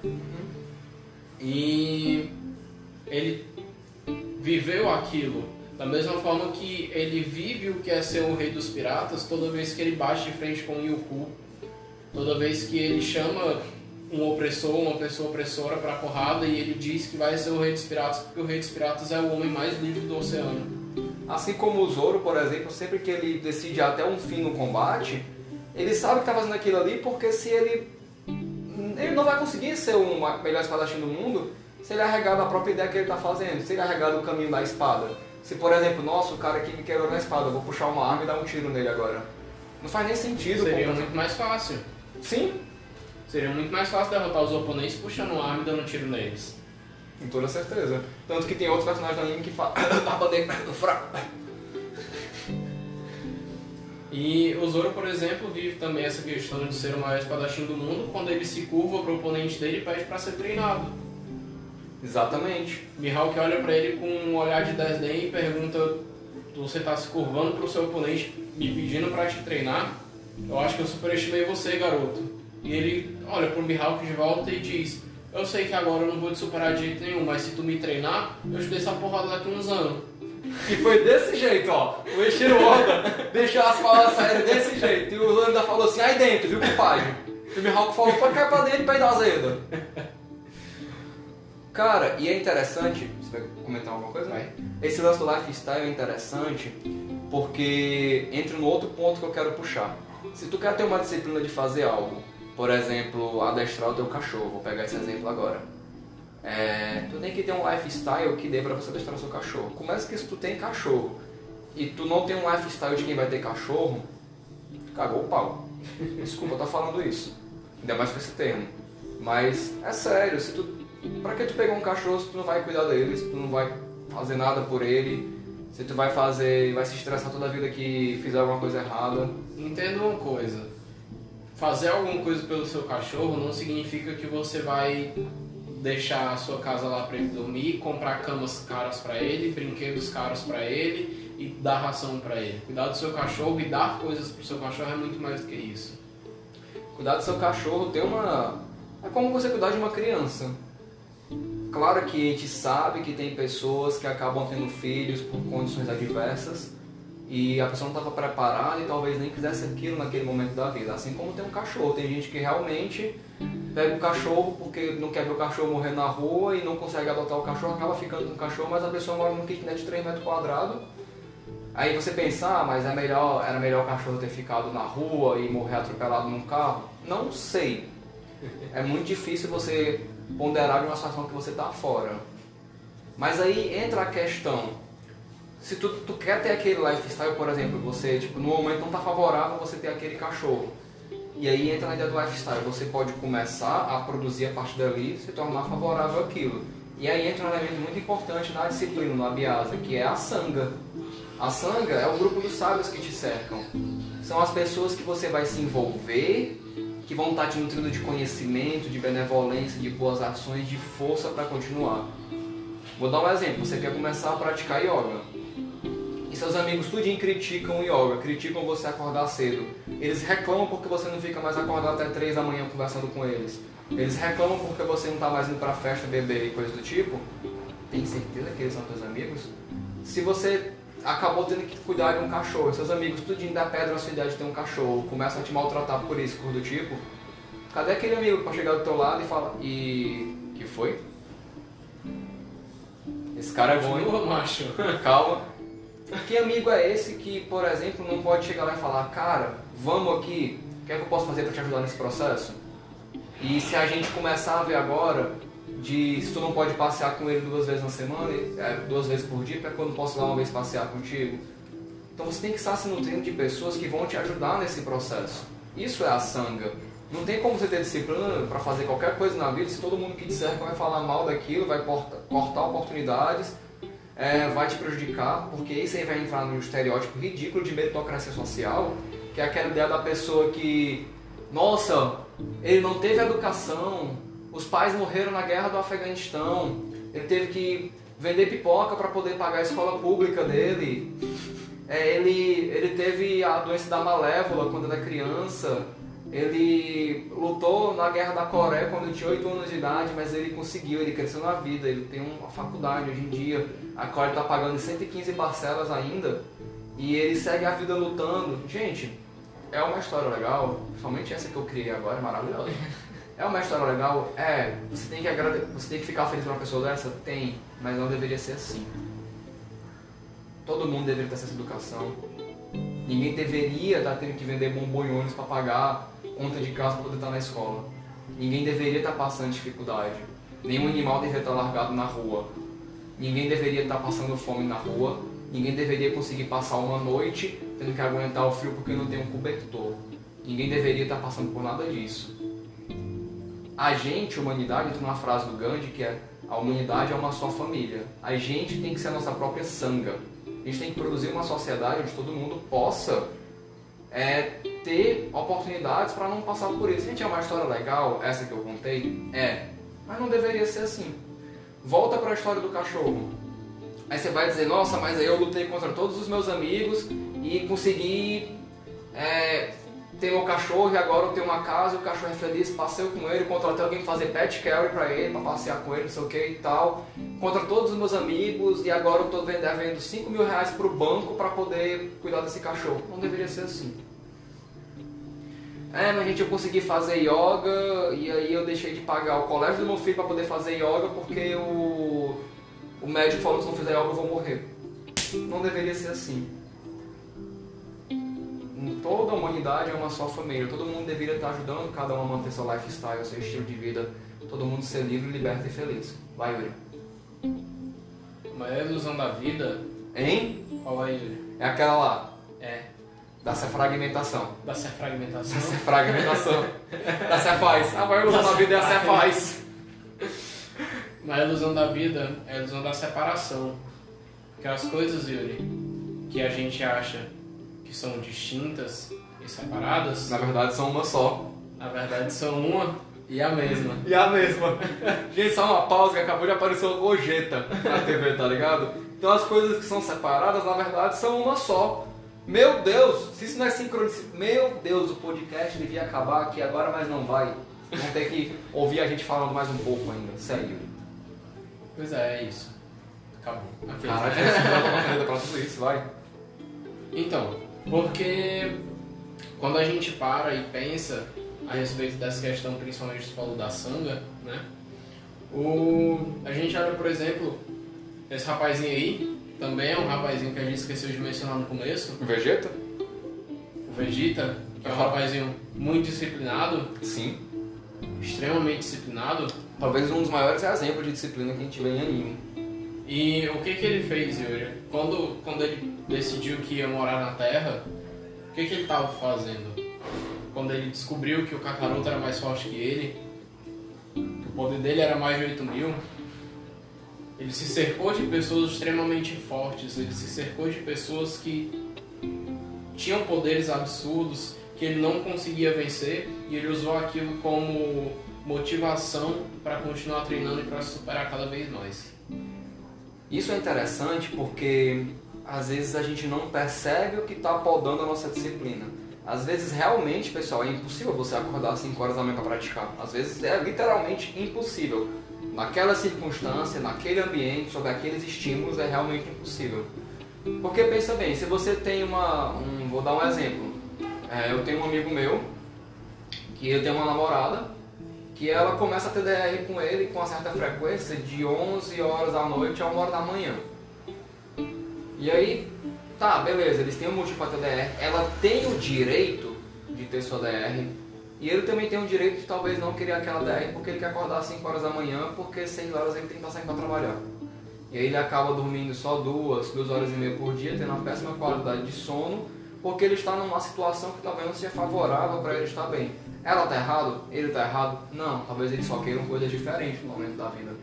E ele viveu aquilo da mesma forma que ele vive o que é ser o rei dos piratas toda vez que ele bate de frente com o Yonkou, toda vez que ele chama um opressor, uma pessoa opressora para a porrada e ele diz que vai ser o rei dos piratas porque o rei dos piratas é o homem mais livre do oceano. Assim como o Zoro, por exemplo, sempre que ele decide ir até um fim no combate, ele sabe que está fazendo aquilo ali porque se ele não vai conseguir ser o melhor espadachim do mundo se ele arregar da própria ideia que ele está fazendo, se ele arregar do caminho da espada. Se, por exemplo, nossa, o cara aqui me quebrou na espada, eu vou puxar uma arma e dar um tiro nele agora. Não faz nem sentido. Seria muito mais fácil. Sim. Seria muito mais fácil derrotar os oponentes puxando uma arma e dando um tiro neles. Com toda certeza. Tanto que tem outros personagens do anime que falam a bandeira fraco. E o Zoro, por exemplo, vive também essa questão de ser o maior espadachim do mundo quando ele se curva para o oponente dele e pede para ser treinado. Exatamente. Mihawk olha para ele com um olhar de desdém e pergunta: você está se curvando para o seu oponente me pedindo para te treinar? Eu acho que eu superestimei você, garoto. E ele olha para o Mihawk de volta e diz: eu sei que agora eu não vou te superar de jeito nenhum, mas se tu me treinar, eu te dei essa porrada daqui a uns anos. E foi desse jeito, ó. O Eiichiro Oda deixou as palavras saírem desse jeito. E o Zoro ainda falou assim, aí dentro, viu, compadre? E o Mihawk falou, pode cair pra dentro, peido azedo. Cara, e é interessante, você vai comentar alguma coisa? Vai. Esse lance do lifestyle é interessante porque entra no outro ponto que eu quero puxar. Se tu quer ter uma disciplina de fazer algo, por exemplo, adestrar o teu cachorro, vou pegar esse exemplo agora. Tu tem que ter um lifestyle que dê pra você adestrar o seu cachorro. Começa que se tu tem cachorro e tu não tem um lifestyle de quem vai ter cachorro, cagou o pau. Desculpa eu tô falando isso, ainda mais com esse termo. Mas é sério, se tu, pra que tu pegar um cachorro se tu não vai cuidar dele, se tu não vai fazer nada por ele, se tu vai se estressar toda a vida que fizer alguma coisa errada. Entenda uma coisa, fazer alguma coisa pelo seu cachorro não significa que você vai deixar a sua casa lá para ele dormir, comprar camas caras para ele, brinquedos caros para ele e dar ração para ele. Cuidar do seu cachorro e dar coisas pro seu cachorro é muito mais do que isso. Cuidar do seu cachorro é como você cuidar de uma criança. Claro que a gente sabe que tem pessoas que acabam tendo filhos por condições adversas e a pessoa não estava preparada e talvez nem quisesse aquilo naquele momento da vida. Assim como tem um cachorro, tem gente que realmente pega o cachorro porque não quer ver o cachorro morrer na rua e não consegue adotar o cachorro, acaba ficando com o cachorro, mas a pessoa mora num kitnet de 3 metros quadrados. Aí você pensa, mas era melhor o cachorro ter ficado na rua e morrer atropelado num carro? Não sei. É muito difícil você ponderar de uma situação que você está fora. Mas aí entra a questão, se tu quer ter aquele lifestyle, por exemplo, você no momento não está favorável você ter aquele cachorro. E aí entra na ideia do lifestyle, você pode começar a produzir a partir dali e se tornar favorável àquilo. E aí entra um elemento muito importante na disciplina, no Abhyasa, que é a Sangha. A Sangha é o grupo dos sábios que te cercam. São as pessoas que você vai se envolver, que vão estar te nutrindo de conhecimento, de benevolência, de boas ações, de força para continuar. Vou dar um exemplo, você quer começar a praticar yoga. E seus amigos tudinho criticam o yoga, criticam você acordar cedo. Eles reclamam porque você não fica mais acordado até 3 da manhã conversando com eles. Eles reclamam porque você não está mais indo para festa, beber e coisa do tipo. Tem certeza que eles são teus amigos? Se você acabou tendo que cuidar de um cachorro, seus amigos tudinho da pedra a sua ideia de ter um cachorro, começam a te maltratar por isso, coisa do tipo, cadê aquele amigo para chegar do teu lado e falar, que foi? Esse cara é bom, hein? Macho. Calma. Que amigo é esse que, por exemplo, não pode chegar lá e falar, cara, vamos aqui, o que é que eu posso fazer para te ajudar nesse processo? E se a gente começar a ver agora, se tu não pode passear com ele 2 vezes na semana, 2 vezes por dia, para quando posso ir lá uma vez passear contigo. Então você tem que estar se nutrindo de pessoas que vão te ajudar nesse processo. Isso é a sanga. Não tem como você ter disciplina para fazer qualquer coisa na vida se todo mundo que disser que vai falar mal daquilo, vai cortar oportunidades, vai te prejudicar, porque isso aí vai entrar no estereótipo ridículo de meritocracia social, que é aquela ideia da pessoa que, nossa, ele não teve educação, os pais morreram na guerra do Afeganistão, ele teve que vender pipoca para poder pagar a escola pública dele, ele teve a doença da malévola quando era criança, ele lutou na guerra da Coreia quando tinha 8 anos de idade, mas ele conseguiu, ele cresceu na vida, ele tem uma faculdade hoje em dia, a qual ele está pagando em 115 parcelas ainda, e ele segue a vida lutando. Gente, é uma história legal, principalmente essa que eu criei agora, é maravilhosa. É uma história legal? Você tem que ficar feliz por uma pessoa dessa? Tem, mas não deveria ser assim. Todo mundo deveria ter essa educação. Ninguém deveria estar tendo que vender bombonhões para pagar conta de casa para poder estar na escola. Ninguém deveria estar passando dificuldade. Nenhum animal deveria estar largado na rua. Ninguém deveria estar passando fome na rua. Ninguém deveria conseguir passar uma noite tendo que aguentar o frio porque não tem um cobertor. Ninguém deveria estar passando por nada disso. A gente, humanidade, entra numa frase do Gandhi que é: a humanidade é uma só família. A gente tem que ser a nossa própria sanga. A gente tem que produzir uma sociedade onde todo mundo possa ter oportunidades para não passar por isso. Gente, é uma história legal, essa que eu contei? Mas não deveria ser assim. Volta para a história do cachorro. Aí você vai dizer: nossa, mas aí eu lutei contra todos os meus amigos e consegui ter meu cachorro, e agora eu tenho uma casa, o cachorro é feliz, passeio com ele, contratei alguém para fazer pet care para ele, para passear com ele, não sei o que e tal, contra todos os meus amigos, e agora eu estou devendo 5 mil reais para o banco para poder cuidar desse cachorro. Não deveria ser assim. Mas gente, eu consegui fazer yoga, e aí eu deixei de pagar o colégio do meu filho para poder fazer yoga, porque o médico falou que se não fizer yoga eu vou morrer. Não deveria ser assim. Toda a humanidade é uma só família, todo mundo deveria estar ajudando cada um a manter seu lifestyle, seu estilo de vida, todo mundo ser livre, liberto e feliz. Vai, Yuri. A maior ilusão da vida... Hein? Fala aí, Yuri. É aquela lá. Da fragmentação. Da fragmentação. Da fragmentação. Da Cefaz. A maior ilusão da vida é a Cefaz. A maior ilusão da vida é a ilusão da separação. Aquelas coisas, Yuri, que a gente acha que são distintas e separadas, na verdade são uma só. Na verdade são uma e a mesma. E a mesma. Gente, só uma pausa que acabou de aparecer o Gojeta na TV, tá ligado? Então as coisas que são separadas, na verdade, são uma só. Meu Deus, se isso não é sincronicidade... Meu Deus, o podcast devia acabar aqui agora, mas não vai. Vão ter que ouvir a gente falando mais um pouco ainda, sério. Pois é isso. Acabou. Caralho, você não pra tudo isso, vai. Então... Porque quando a gente para e pensa a respeito dessa questão, principalmente você falou da sanga, né? A gente olha, por exemplo, esse rapazinho aí, também é um rapazinho que a gente esqueceu de mencionar no começo. O Vegeta? O Vegeta, que é um rapazinho muito disciplinado. Sim. Extremamente disciplinado. Talvez um dos maiores exemplos de disciplina que a gente vê em anime. E o que ele fez, Yuri? Quando ele decidiu que ia morar na Terra, o que ele estava fazendo? Quando ele descobriu que o Kakaroto era mais forte que ele, que o poder dele era mais de 8 mil, ele se cercou de pessoas extremamente fortes, ele se cercou de pessoas que tinham poderes absurdos, que ele não conseguia vencer, e ele usou aquilo como motivação para continuar treinando e para superar cada vez mais. Isso é interessante porque às vezes a gente não percebe o que está podando a nossa disciplina. Às vezes realmente, pessoal, é impossível você acordar 5 horas da manhã para praticar. Às vezes é literalmente impossível. Naquela circunstância, naquele ambiente, sob aqueles estímulos, é realmente impossível. Porque pensa bem, se você tem vou dar um exemplo. Eu tenho um amigo meu, que ele tem uma namorada, que ela começa a ter DR com ele com uma certa frequência de 11 horas da noite a 1 hora da manhã. E aí, tá, beleza, eles têm um motivo para ter DR, ela tem o direito de ter sua DR, E ele também tem o direito de talvez não querer aquela DR porque ele quer acordar às 5 horas da manhã, porque 6 horas ele tem que estar saindo para trabalhar. E aí ele acaba dormindo só 2 horas e meia por dia, tendo uma péssima qualidade de sono, porque ele está numa situação que talvez não seja favorável para ele estar bem. Ela está errado? Ele está errado? Não, talvez eles só queiram coisas diferentes no momento da vida.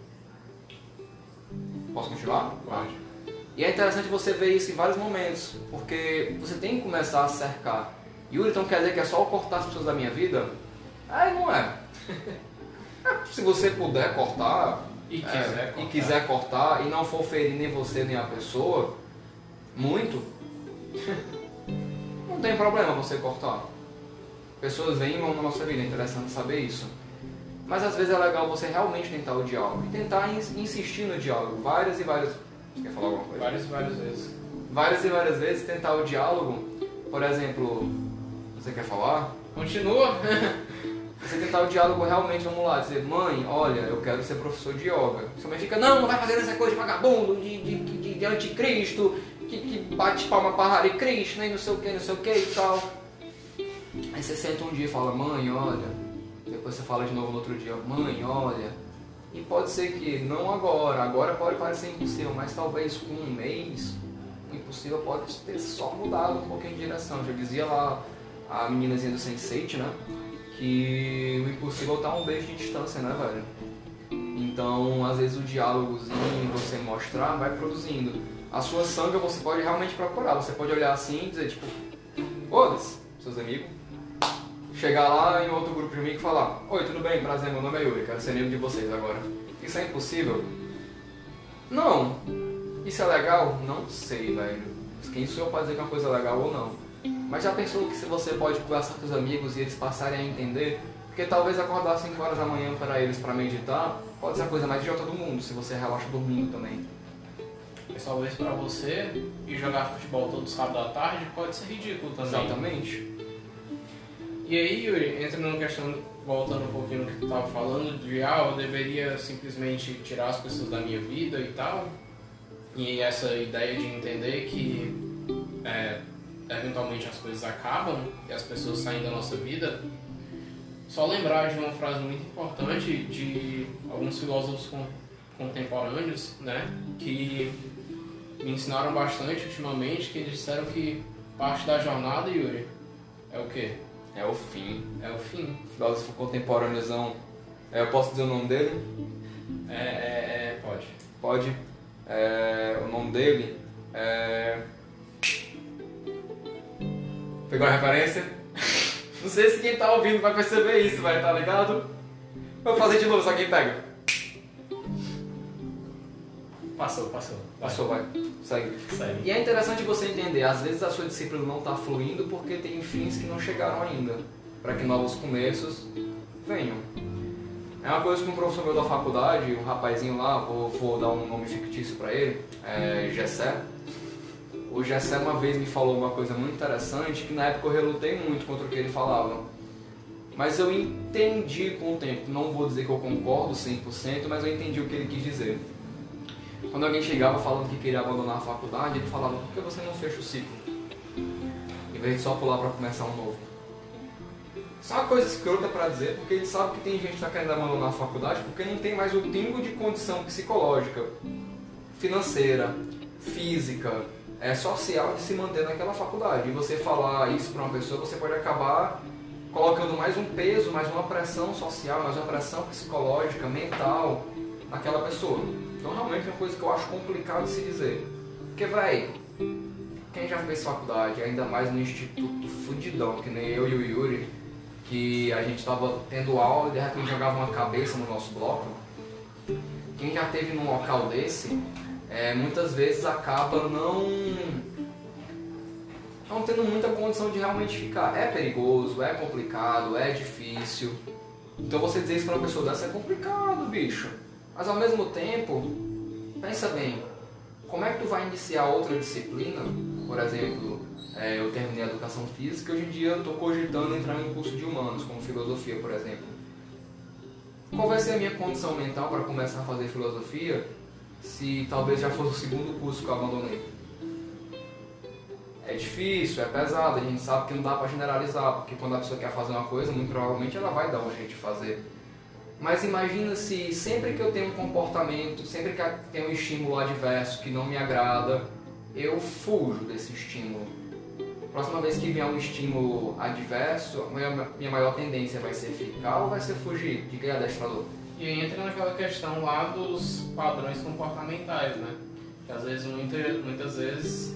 Posso continuar? Pode. E é interessante você ver isso em vários momentos, porque você tem que começar a cercar. Yuri, então quer dizer que é só eu cortar as pessoas da minha vida? Aí não é. Se você puder cortar, e quiser cortar, e não for ferir nem você nem a pessoa, muito, não tem problema você cortar. Pessoas vêm e vão na nossa vida, é interessante saber isso. Mas às vezes é legal você realmente tentar o diálogo, e tentar insistir no diálogo, várias e várias... Você quer falar alguma coisa? Várias e várias vezes. Várias e várias vezes tentar o diálogo, por exemplo, você quer falar? Continua. Você tentar o diálogo realmente, vamos lá, dizer, mãe, olha, eu quero ser professor de yoga. Sua mãe fica, não vai fazer essa coisa de vagabundo, de anticristo, que bate palma para Hare Krishna e não sei o que e tal. Aí você senta um dia e fala, mãe, olha, depois você fala de novo no outro dia, mãe, olha, e pode ser que não agora pode parecer impossível, mas talvez com um mês, o impossível pode ter só mudado um pouquinho de direção. Já dizia lá a meninazinha do Sense8, né? Que o impossível está a um beijo de distância, né, velho? Então, às vezes o diálogozinho, você mostrar, vai produzindo. A sua sanga você pode realmente procurar. Você pode olhar assim e dizer, tipo, foda-se, seus amigos. Chegar lá em outro grupo de amigos e falar, oi, tudo bem? Prazer, meu nome é Yuri, quero ser amigo de vocês agora. Isso é impossível? Não. Isso é legal? Não sei, velho. Quem sou eu para dizer que é uma coisa legal ou não? Mas já pensou que se você pode conversar com os amigos e eles passarem a entender? Porque talvez acordar às 5 horas da manhã para eles para meditar pode ser a coisa mais idiota do mundo, se você relaxa dormindo também. Mas talvez para você ir jogar futebol todo sábado à tarde pode ser ridículo também. Exatamente. E aí, Yuri, entra numa questão, voltando um pouquinho no que tu estava falando, de eu deveria simplesmente tirar as pessoas da minha vida e tal. E essa ideia de entender que eventualmente as coisas acabam e as pessoas saem da nossa vida. Só lembrar de uma frase muito importante de alguns filósofos contemporâneos, né, que me ensinaram bastante ultimamente, que eles disseram que parte da jornada, Yuri, é o quê? É o fim. É o fim. Filósofo contemporâneozão. Eu posso dizer o nome dele? Pode. Pode. O nome dele é... Pegou a referência? Não sei se quem tá ouvindo vai perceber isso, vai, tá ligado? Vou fazer de novo, só quem pega. Passou. Passou, vai. Segue. E é interessante você entender, às vezes a sua disciplina não está fluindo porque tem fins que não chegaram ainda, para que novos começos venham. É uma coisa que um professor meu da faculdade, um rapazinho lá, vou dar um nome fictício para ele, Gessé. O Gessé uma vez me falou uma coisa muito interessante, que na época eu relutei muito contra o que ele falava. Mas eu entendi com o tempo, não vou dizer que eu concordo 100%, mas eu entendi o que ele quis dizer. Quando alguém chegava falando que queria abandonar a faculdade, ele falava, por que você não fecha o ciclo? Em vez de só pular para começar um novo. Isso é uma coisa escrota para dizer, porque ele sabe que tem gente que está querendo abandonar a faculdade porque não tem mais o pingo de condição psicológica, financeira, física, social de se manter naquela faculdade. E você falar isso para uma pessoa, você pode acabar colocando mais um peso, mais uma pressão social, mais uma pressão psicológica, mental naquela pessoa. Então realmente é uma coisa que eu acho complicado de se dizer. Porque, véi, quem já fez faculdade, ainda mais no instituto fudidão, que nem eu e o Yuri, que a gente tava tendo aula e de repente jogava uma cabeça no nosso bloco, quem já teve num local desse, muitas vezes acaba não tendo muita condição de realmente ficar. É perigoso, é complicado, é difícil. Então você dizer isso pra uma pessoa dessa é complicado, bicho. Mas ao mesmo tempo, pensa bem, como é que tu vai iniciar outra disciplina? Por exemplo, eu terminei a educação física e hoje em dia eu estou cogitando entrar em um curso de humanos, como filosofia, por exemplo. Qual vai ser a minha condição mental para começar a fazer filosofia se talvez já fosse o segundo curso que eu abandonei? É difícil, é pesado, a gente sabe que não dá para generalizar, porque quando a pessoa quer fazer uma coisa, muito provavelmente ela vai dar um jeito de fazer. Mas imagina se sempre que eu tenho um comportamento, sempre que eu tenho um estímulo adverso que não me agrada, eu fujo desse estímulo. Próxima vez que vier um estímulo adverso, minha maior tendência vai ser ficar ou vai ser fugir? Diga aí, adestrador. E aí entra naquela questão lá dos padrões comportamentais, né? Que às vezes, muitas vezes,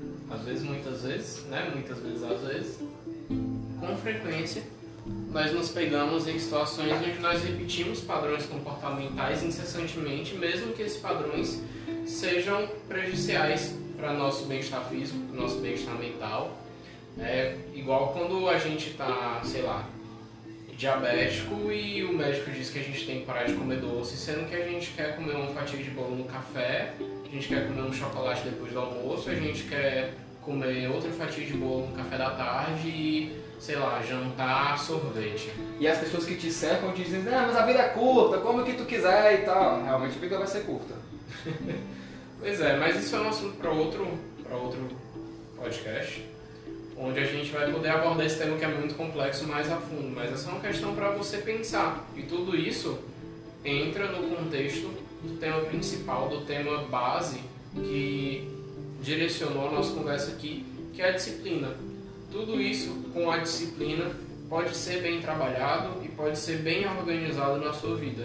com frequência, nós nos pegamos em situações onde nós repetimos padrões comportamentais incessantemente, mesmo que esses padrões sejam prejudiciais para nosso bem-estar físico, para nosso bem-estar mental. É igual quando a gente está, sei lá, diabético e o médico diz que a gente tem que parar de comer doce, sendo que a gente quer comer uma fatia de bolo no café, a gente quer comer um chocolate depois do almoço, a gente quer comer outra fatia de bolo no café da tarde e, sei lá, jantar sorvete. E as pessoas que te cercam dizem, mas a vida é curta, come o que tu quiser e tal. Realmente a vida vai ser curta. Pois é, mas isso é um assunto para outro podcast, onde a gente vai poder abordar esse tema que é muito complexo mais a fundo, mas é só uma questão para você pensar. E tudo isso entra no contexto do tema principal, do tema base que direcionou a nossa conversa aqui, que é a disciplina. Tudo isso com a disciplina pode ser bem trabalhado e pode ser bem organizado na sua vida.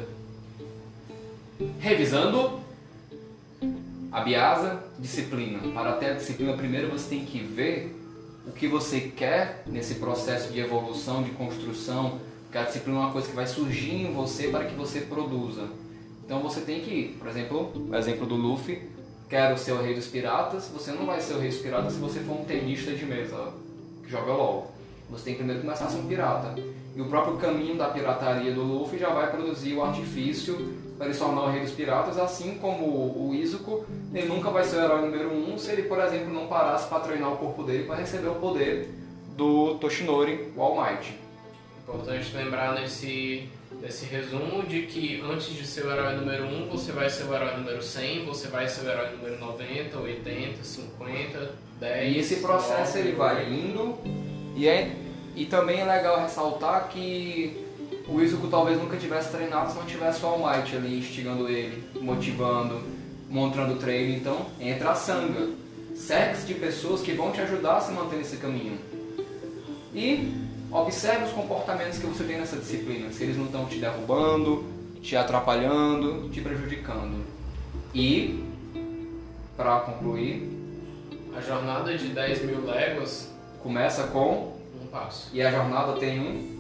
Revisando, a Biasa, disciplina. Para ter a disciplina, primeiro você tem que ver o que você quer nesse processo de evolução, de construção, porque a disciplina é uma coisa que vai surgir em você para que você produza. Então você tem que, por exemplo, o exemplo do Luffy, quero ser o rei dos piratas, você não vai ser o rei dos piratas se você for um tenista de mesa que joga LOL. Você tem que primeiro começar a ser um pirata. E o próprio caminho da pirataria do Luffy já vai produzir o artifício para ele se tornar o rei dos piratas, assim como o Izuku, ele nunca vai ser o herói número 1 se ele, por exemplo, não parasse para treinar o corpo dele para receber o poder do Toshinori, o All Might. Importante lembrar nesse resumo de que antes de ser o herói número 1, você vai ser o herói número 100, você vai ser o herói número 90, 80, 50, 10... E esse processo 9, ele vai indo, e também é legal ressaltar que o Izuku talvez nunca tivesse treinado se não tivesse o All Might ali instigando ele, motivando, mostrando o treino. Então entra a Sangha, cerque-se de pessoas que vão te ajudar a se manter nesse caminho. E observe os comportamentos que você tem nessa disciplina, se eles não estão te derrubando, te atrapalhando, te prejudicando. E, para concluir, a jornada de 10.000 léguas começa com um passo. E a jornada tem um.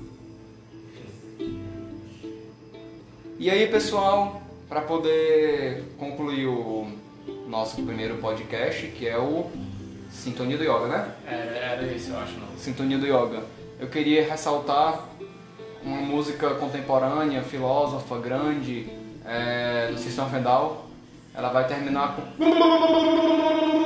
E aí, pessoal, para poder concluir o nosso primeiro podcast, que é o Sintonia do Yoga, né? Era esse, eu acho, não. Sintonia do Yoga. Eu queria ressaltar uma música contemporânea, filósofa, grande, do System of a Down. Ela vai terminar com